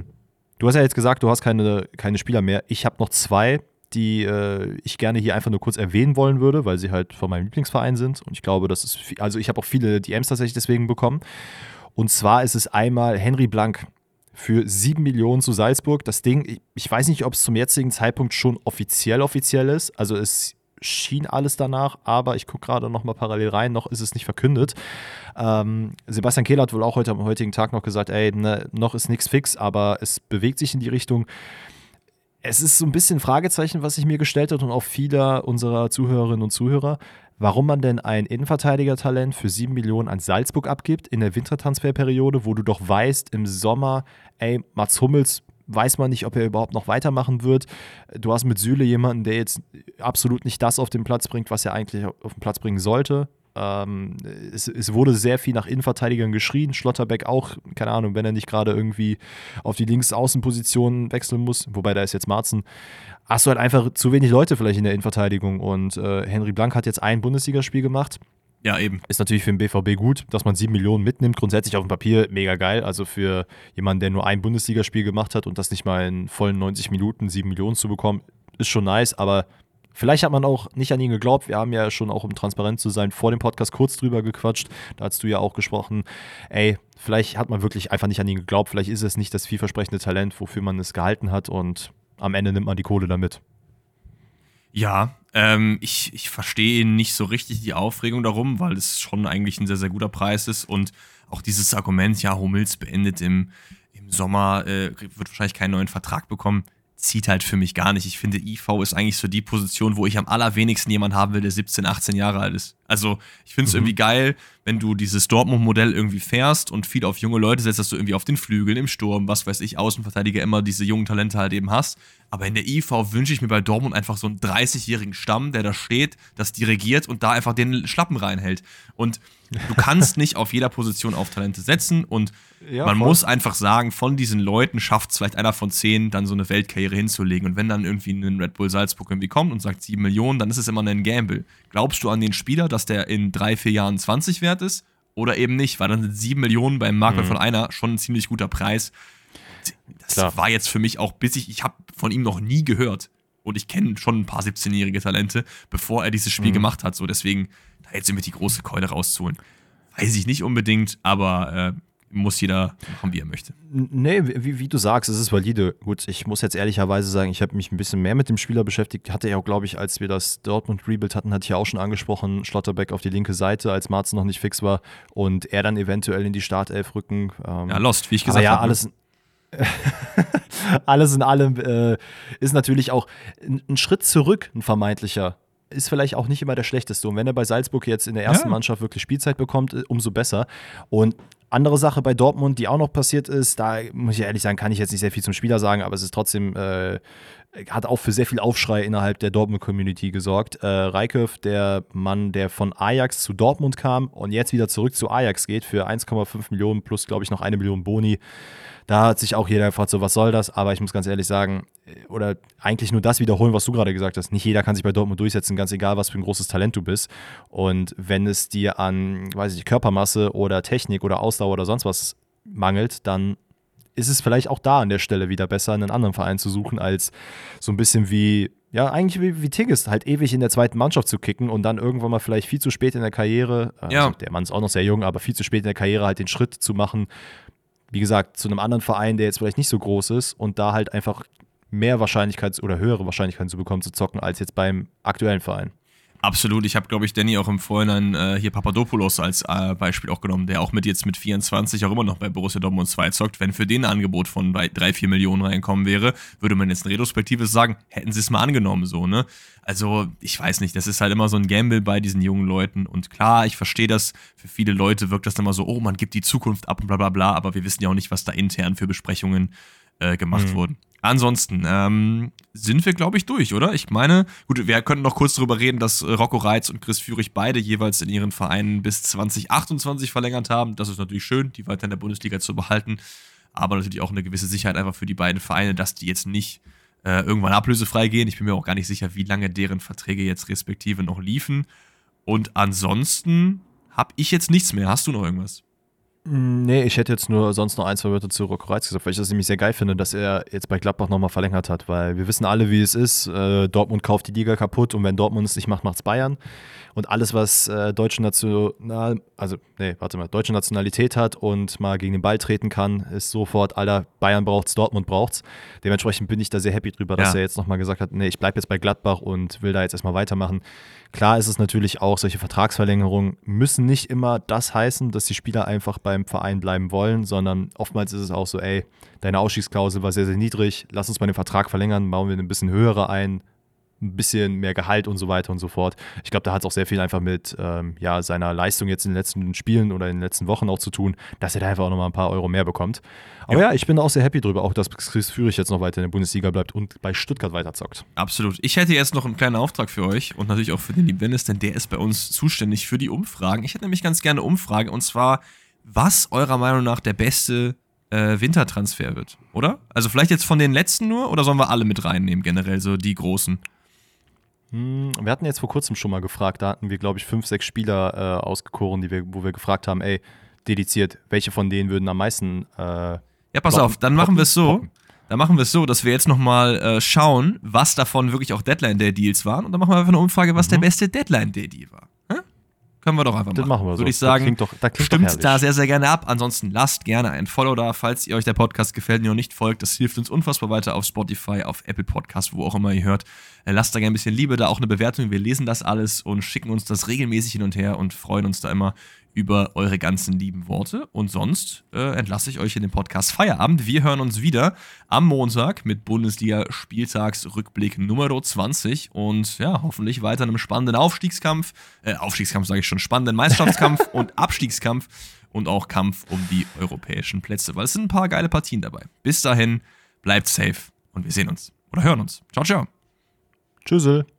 Du hast ja jetzt gesagt, du hast keine Spieler mehr. Ich habe noch 2, die ich gerne hier einfach nur kurz erwähnen wollen würde, weil sie halt von meinem Lieblingsverein sind. Und ich glaube, das ist also ich habe auch viele DMs tatsächlich deswegen bekommen. Und zwar ist es einmal Henry Blank für 7 Millionen zu Salzburg. Das Ding, ich weiß nicht, ob es zum jetzigen Zeitpunkt schon offiziell ist. Also es schien alles danach, aber ich gucke gerade noch mal parallel rein, noch ist es nicht verkündet. Sebastian Kehl hat wohl auch heute am heutigen Tag noch gesagt, noch ist nichts fix, aber es bewegt sich in die Richtung. Es ist so ein bisschen ein Fragezeichen, was sich mir gestellt hat und auch vieler unserer Zuhörerinnen und Zuhörer, warum man denn ein Innenverteidiger-Talent für 7 Millionen an Salzburg abgibt in der Wintertransferperiode, wo du doch weißt, im Sommer, Mats Hummels weiß man nicht, ob er überhaupt noch weitermachen wird. Du hast mit Süle jemanden, der jetzt absolut nicht das auf den Platz bringt, was er eigentlich auf den Platz bringen sollte. Es wurde sehr viel nach Innenverteidigern geschrien. Schlotterbeck auch, keine Ahnung, wenn er nicht gerade irgendwie auf die Linksaußenposition wechseln muss, wobei da ist jetzt Marzen, hast du halt einfach zu wenig Leute vielleicht in der Innenverteidigung und Henry Blank hat jetzt ein Bundesligaspiel gemacht.
Ja, eben.
Ist natürlich für den BVB gut, dass man 7 Millionen mitnimmt. Grundsätzlich auf dem Papier mega geil. Also für jemanden, der nur ein Bundesligaspiel gemacht hat und das nicht mal in vollen 90 Minuten 7 Millionen zu bekommen, ist schon nice. Aber vielleicht hat man auch nicht an ihn geglaubt. Wir haben ja schon auch, um transparent zu sein, vor dem Podcast kurz drüber gequatscht. Da hast du ja auch gesprochen, vielleicht hat man wirklich einfach nicht an ihn geglaubt. Vielleicht ist es nicht das vielversprechende Talent, wofür man es gehalten hat und am Ende nimmt man die Kohle damit.
Ja, ich verstehe nicht so richtig die Aufregung darum, weil es schon eigentlich ein sehr, sehr guter Preis ist und auch dieses Argument, ja, Hummels beendet im Sommer, wird wahrscheinlich keinen neuen Vertrag bekommen, zieht halt für mich gar nicht. Ich finde, IV ist eigentlich so die Position, wo ich am allerwenigsten jemanden haben will, der 17, 18 Jahre alt ist. Also ich finde es irgendwie geil, wenn du dieses Dortmund-Modell irgendwie fährst und viel auf junge Leute setzt, dass du irgendwie auf den Flügeln, im Sturm, was weiß ich, Außenverteidiger immer diese jungen Talente halt eben hast. Aber in der IV wünsche ich mir bei Dortmund einfach so einen 30-jährigen Stamm, der da steht, das dirigiert und da einfach den Schlappen reinhält. Und du kannst nicht auf jeder Position auf Talente setzen und man muss einfach sagen, von diesen Leuten schafft es vielleicht einer von 10, dann so eine Weltkarriere hinzulegen. Und wenn dann irgendwie ein Red Bull Salzburg irgendwie kommt und sagt 7 Millionen, dann ist es immer ein Gamble. Glaubst du an den Spieler, dass der in 3-4 Jahren 20 wert ist? Oder eben nicht? Weil dann sind 7 Millionen beim Marktwert von einer schon ein ziemlich guter Preis. Das war jetzt für mich auch ich habe von ihm noch nie gehört. Und ich kenne schon ein paar 17-jährige Talente, bevor er dieses Spiel gemacht hat. So deswegen, da jetzt irgendwie die große Keule rauszuholen. Weiß ich nicht unbedingt, aber muss jeder machen, wie er möchte.
Nee, wie du sagst, es ist valide. Gut, ich muss jetzt ehrlicherweise sagen, ich habe mich ein bisschen mehr mit dem Spieler beschäftigt. Hatte ja auch, glaube ich, als wir das Dortmund-Rebuild hatten, hatte ich ja auch schon angesprochen, Schlotterbeck auf die linke Seite, als Marzen noch nicht fix war und er dann eventuell in die Startelf rücken.
Lost, wie ich gesagt habe.
Ja, alles alles in allem ist natürlich auch ein Schritt zurück, ein vermeintlicher. Ist vielleicht auch nicht immer der schlechteste. Und wenn er bei Salzburg jetzt in der ersten Mannschaft wirklich Spielzeit bekommt, umso besser. Und andere Sache bei Dortmund, die auch noch passiert ist, da muss ich ehrlich sagen, kann ich jetzt nicht sehr viel zum Spieler sagen, aber es ist trotzdem, hat auch für sehr viel Aufschrei innerhalb der Dortmund-Community gesorgt. Rijkaard, der Mann, der von Ajax zu Dortmund kam und jetzt wieder zurück zu Ajax geht für 1,5 Millionen plus, glaube ich, noch 1 Million Boni. Da hat sich auch jeder gefragt, so was soll das? Aber ich muss ganz ehrlich sagen, oder eigentlich nur das wiederholen, was du gerade gesagt hast. Nicht jeder kann sich bei Dortmund durchsetzen, ganz egal, was für ein großes Talent du bist. Und wenn es dir an, weiß ich, Körpermasse oder Technik oder Ausdauer oder sonst was mangelt, dann ist es vielleicht auch da an der Stelle wieder besser, einen anderen Verein zu suchen, als so ein bisschen wie, ja, eigentlich wie Tigges, halt ewig in der zweiten Mannschaft zu kicken und dann irgendwann mal vielleicht viel zu spät in der Karriere, also der Mann ist auch noch sehr jung, aber viel zu spät in der Karriere halt den Schritt zu machen, wie gesagt, zu einem anderen Verein, der jetzt vielleicht nicht so groß ist und da halt einfach mehr Wahrscheinlichkeit oder höhere Wahrscheinlichkeiten zu bekommen, zu zocken, als jetzt beim aktuellen Verein.
Absolut, ich habe, glaube ich, Danny auch im Vorhinein hier Papadopoulos als Beispiel auch genommen, der auch mit 24 auch immer noch bei Borussia Dortmund 2 zockt. Wenn für den ein Angebot von 3-4 Millionen reinkommen wäre, würde man jetzt in Retrospektives sagen, hätten sie es mal angenommen, so, ne? Also, ich weiß nicht, das ist halt immer so ein Gamble bei diesen jungen Leuten und klar, ich verstehe das, für viele Leute wirkt das dann immer so, oh, man gibt die Zukunft ab und bla bla bla, aber wir wissen ja auch nicht, was da intern für Besprechungen gemacht wurden. Ansonsten sind wir, glaube ich, durch, oder? Ich meine, gut, wir könnten noch kurz darüber reden, dass Rocco Reitz und Chris Führig beide jeweils in ihren Vereinen bis 2028 verlängert haben. Das ist natürlich schön, die weiter in der Bundesliga zu behalten. Aber natürlich auch eine gewisse Sicherheit einfach für die beiden Vereine, dass die jetzt nicht irgendwann ablösefrei gehen. Ich bin mir auch gar nicht sicher, wie lange deren Verträge jetzt respektive noch liefen. Und ansonsten habe ich jetzt nichts mehr. Hast du noch irgendwas?
Nee, ich hätte jetzt nur sonst noch 1, 2 Wörter zu Rocco Reitz gesagt, weil ich das nämlich sehr geil finde, dass er jetzt bei Gladbach nochmal verlängert hat, weil wir wissen alle, wie es ist. Dortmund kauft die Liga kaputt und wenn Dortmund es nicht macht, macht es Bayern. Und alles, was deutsche Nationalität hat und mal gegen den Ball treten kann, ist sofort, Alter, Bayern braucht's, Dortmund braucht's. Dementsprechend bin ich da sehr happy drüber, dass er jetzt nochmal gesagt hat, nee, ich bleibe jetzt bei Gladbach und will da jetzt erstmal weitermachen. Klar ist es natürlich auch, solche Vertragsverlängerungen müssen nicht immer das heißen, dass die Spieler einfach beim Verein bleiben wollen, sondern oftmals ist es auch so, ey, deine Ausstiegsklausel war sehr, sehr niedrig, lass uns mal den Vertrag verlängern, bauen wir ein bisschen höhere ein, ein bisschen mehr Gehalt und so weiter und so fort. Ich glaube, da hat es auch sehr viel einfach mit seiner Leistung jetzt in den letzten Spielen oder in den letzten Wochen auch zu tun, dass er da einfach auch nochmal ein paar Euro mehr bekommt. Aber ja, ich bin auch sehr happy drüber, auch dass Chris Führig jetzt noch weiter in der Bundesliga bleibt und bei Stuttgart weiterzockt.
Absolut. Ich hätte jetzt noch einen kleinen Auftrag für euch und natürlich auch für den lieben Dennis, denn der ist bei uns zuständig für die Umfragen. Ich hätte nämlich ganz gerne eine Umfrage und zwar, was eurer Meinung nach der beste Wintertransfer wird, oder? Also vielleicht jetzt von den letzten nur oder sollen wir alle mit reinnehmen, generell so die großen?
Wir hatten jetzt vor kurzem schon mal gefragt, da hatten wir, glaube ich, 5, 6 Spieler ausgekoren, wo wir gefragt haben, ey, dediziert, welche von denen würden am meisten
ja, pass auf, dann machen wir es so. Dann machen wir es so, dass wir jetzt nochmal schauen, was davon wirklich auch Deadline-Day-Deals waren. Und dann machen wir einfach eine Umfrage, was der beste Deadline-Day-Deal war. Können wir doch einfach machen.
Das machen wir so.
Würde ich sagen,
das klingt
stimmt da sehr, sehr gerne ab. Ansonsten lasst gerne ein Follow da, falls ihr euch der Podcast gefällt und ihr noch nicht folgt. Das hilft uns unfassbar weiter auf Spotify, auf Apple Podcasts, wo auch immer ihr hört. Lasst da gerne ein bisschen Liebe da, auch eine Bewertung. Wir lesen das alles und schicken uns das regelmäßig hin und her und freuen uns da immer über eure ganzen lieben Worte. Und sonst entlasse ich euch in den Podcast Feierabend. Wir hören uns wieder am Montag mit Bundesliga-Spieltagsrückblick Nummer 20 und ja, hoffentlich weiter einem spannenden Aufstiegskampf sage ich schon, spannenden Meisterschaftskampf und Abstiegskampf und auch Kampf um die europäischen Plätze, weil es sind ein paar geile Partien dabei. Bis dahin, bleibt safe und wir sehen uns oder hören uns. Ciao, ciao.
Tschüssel.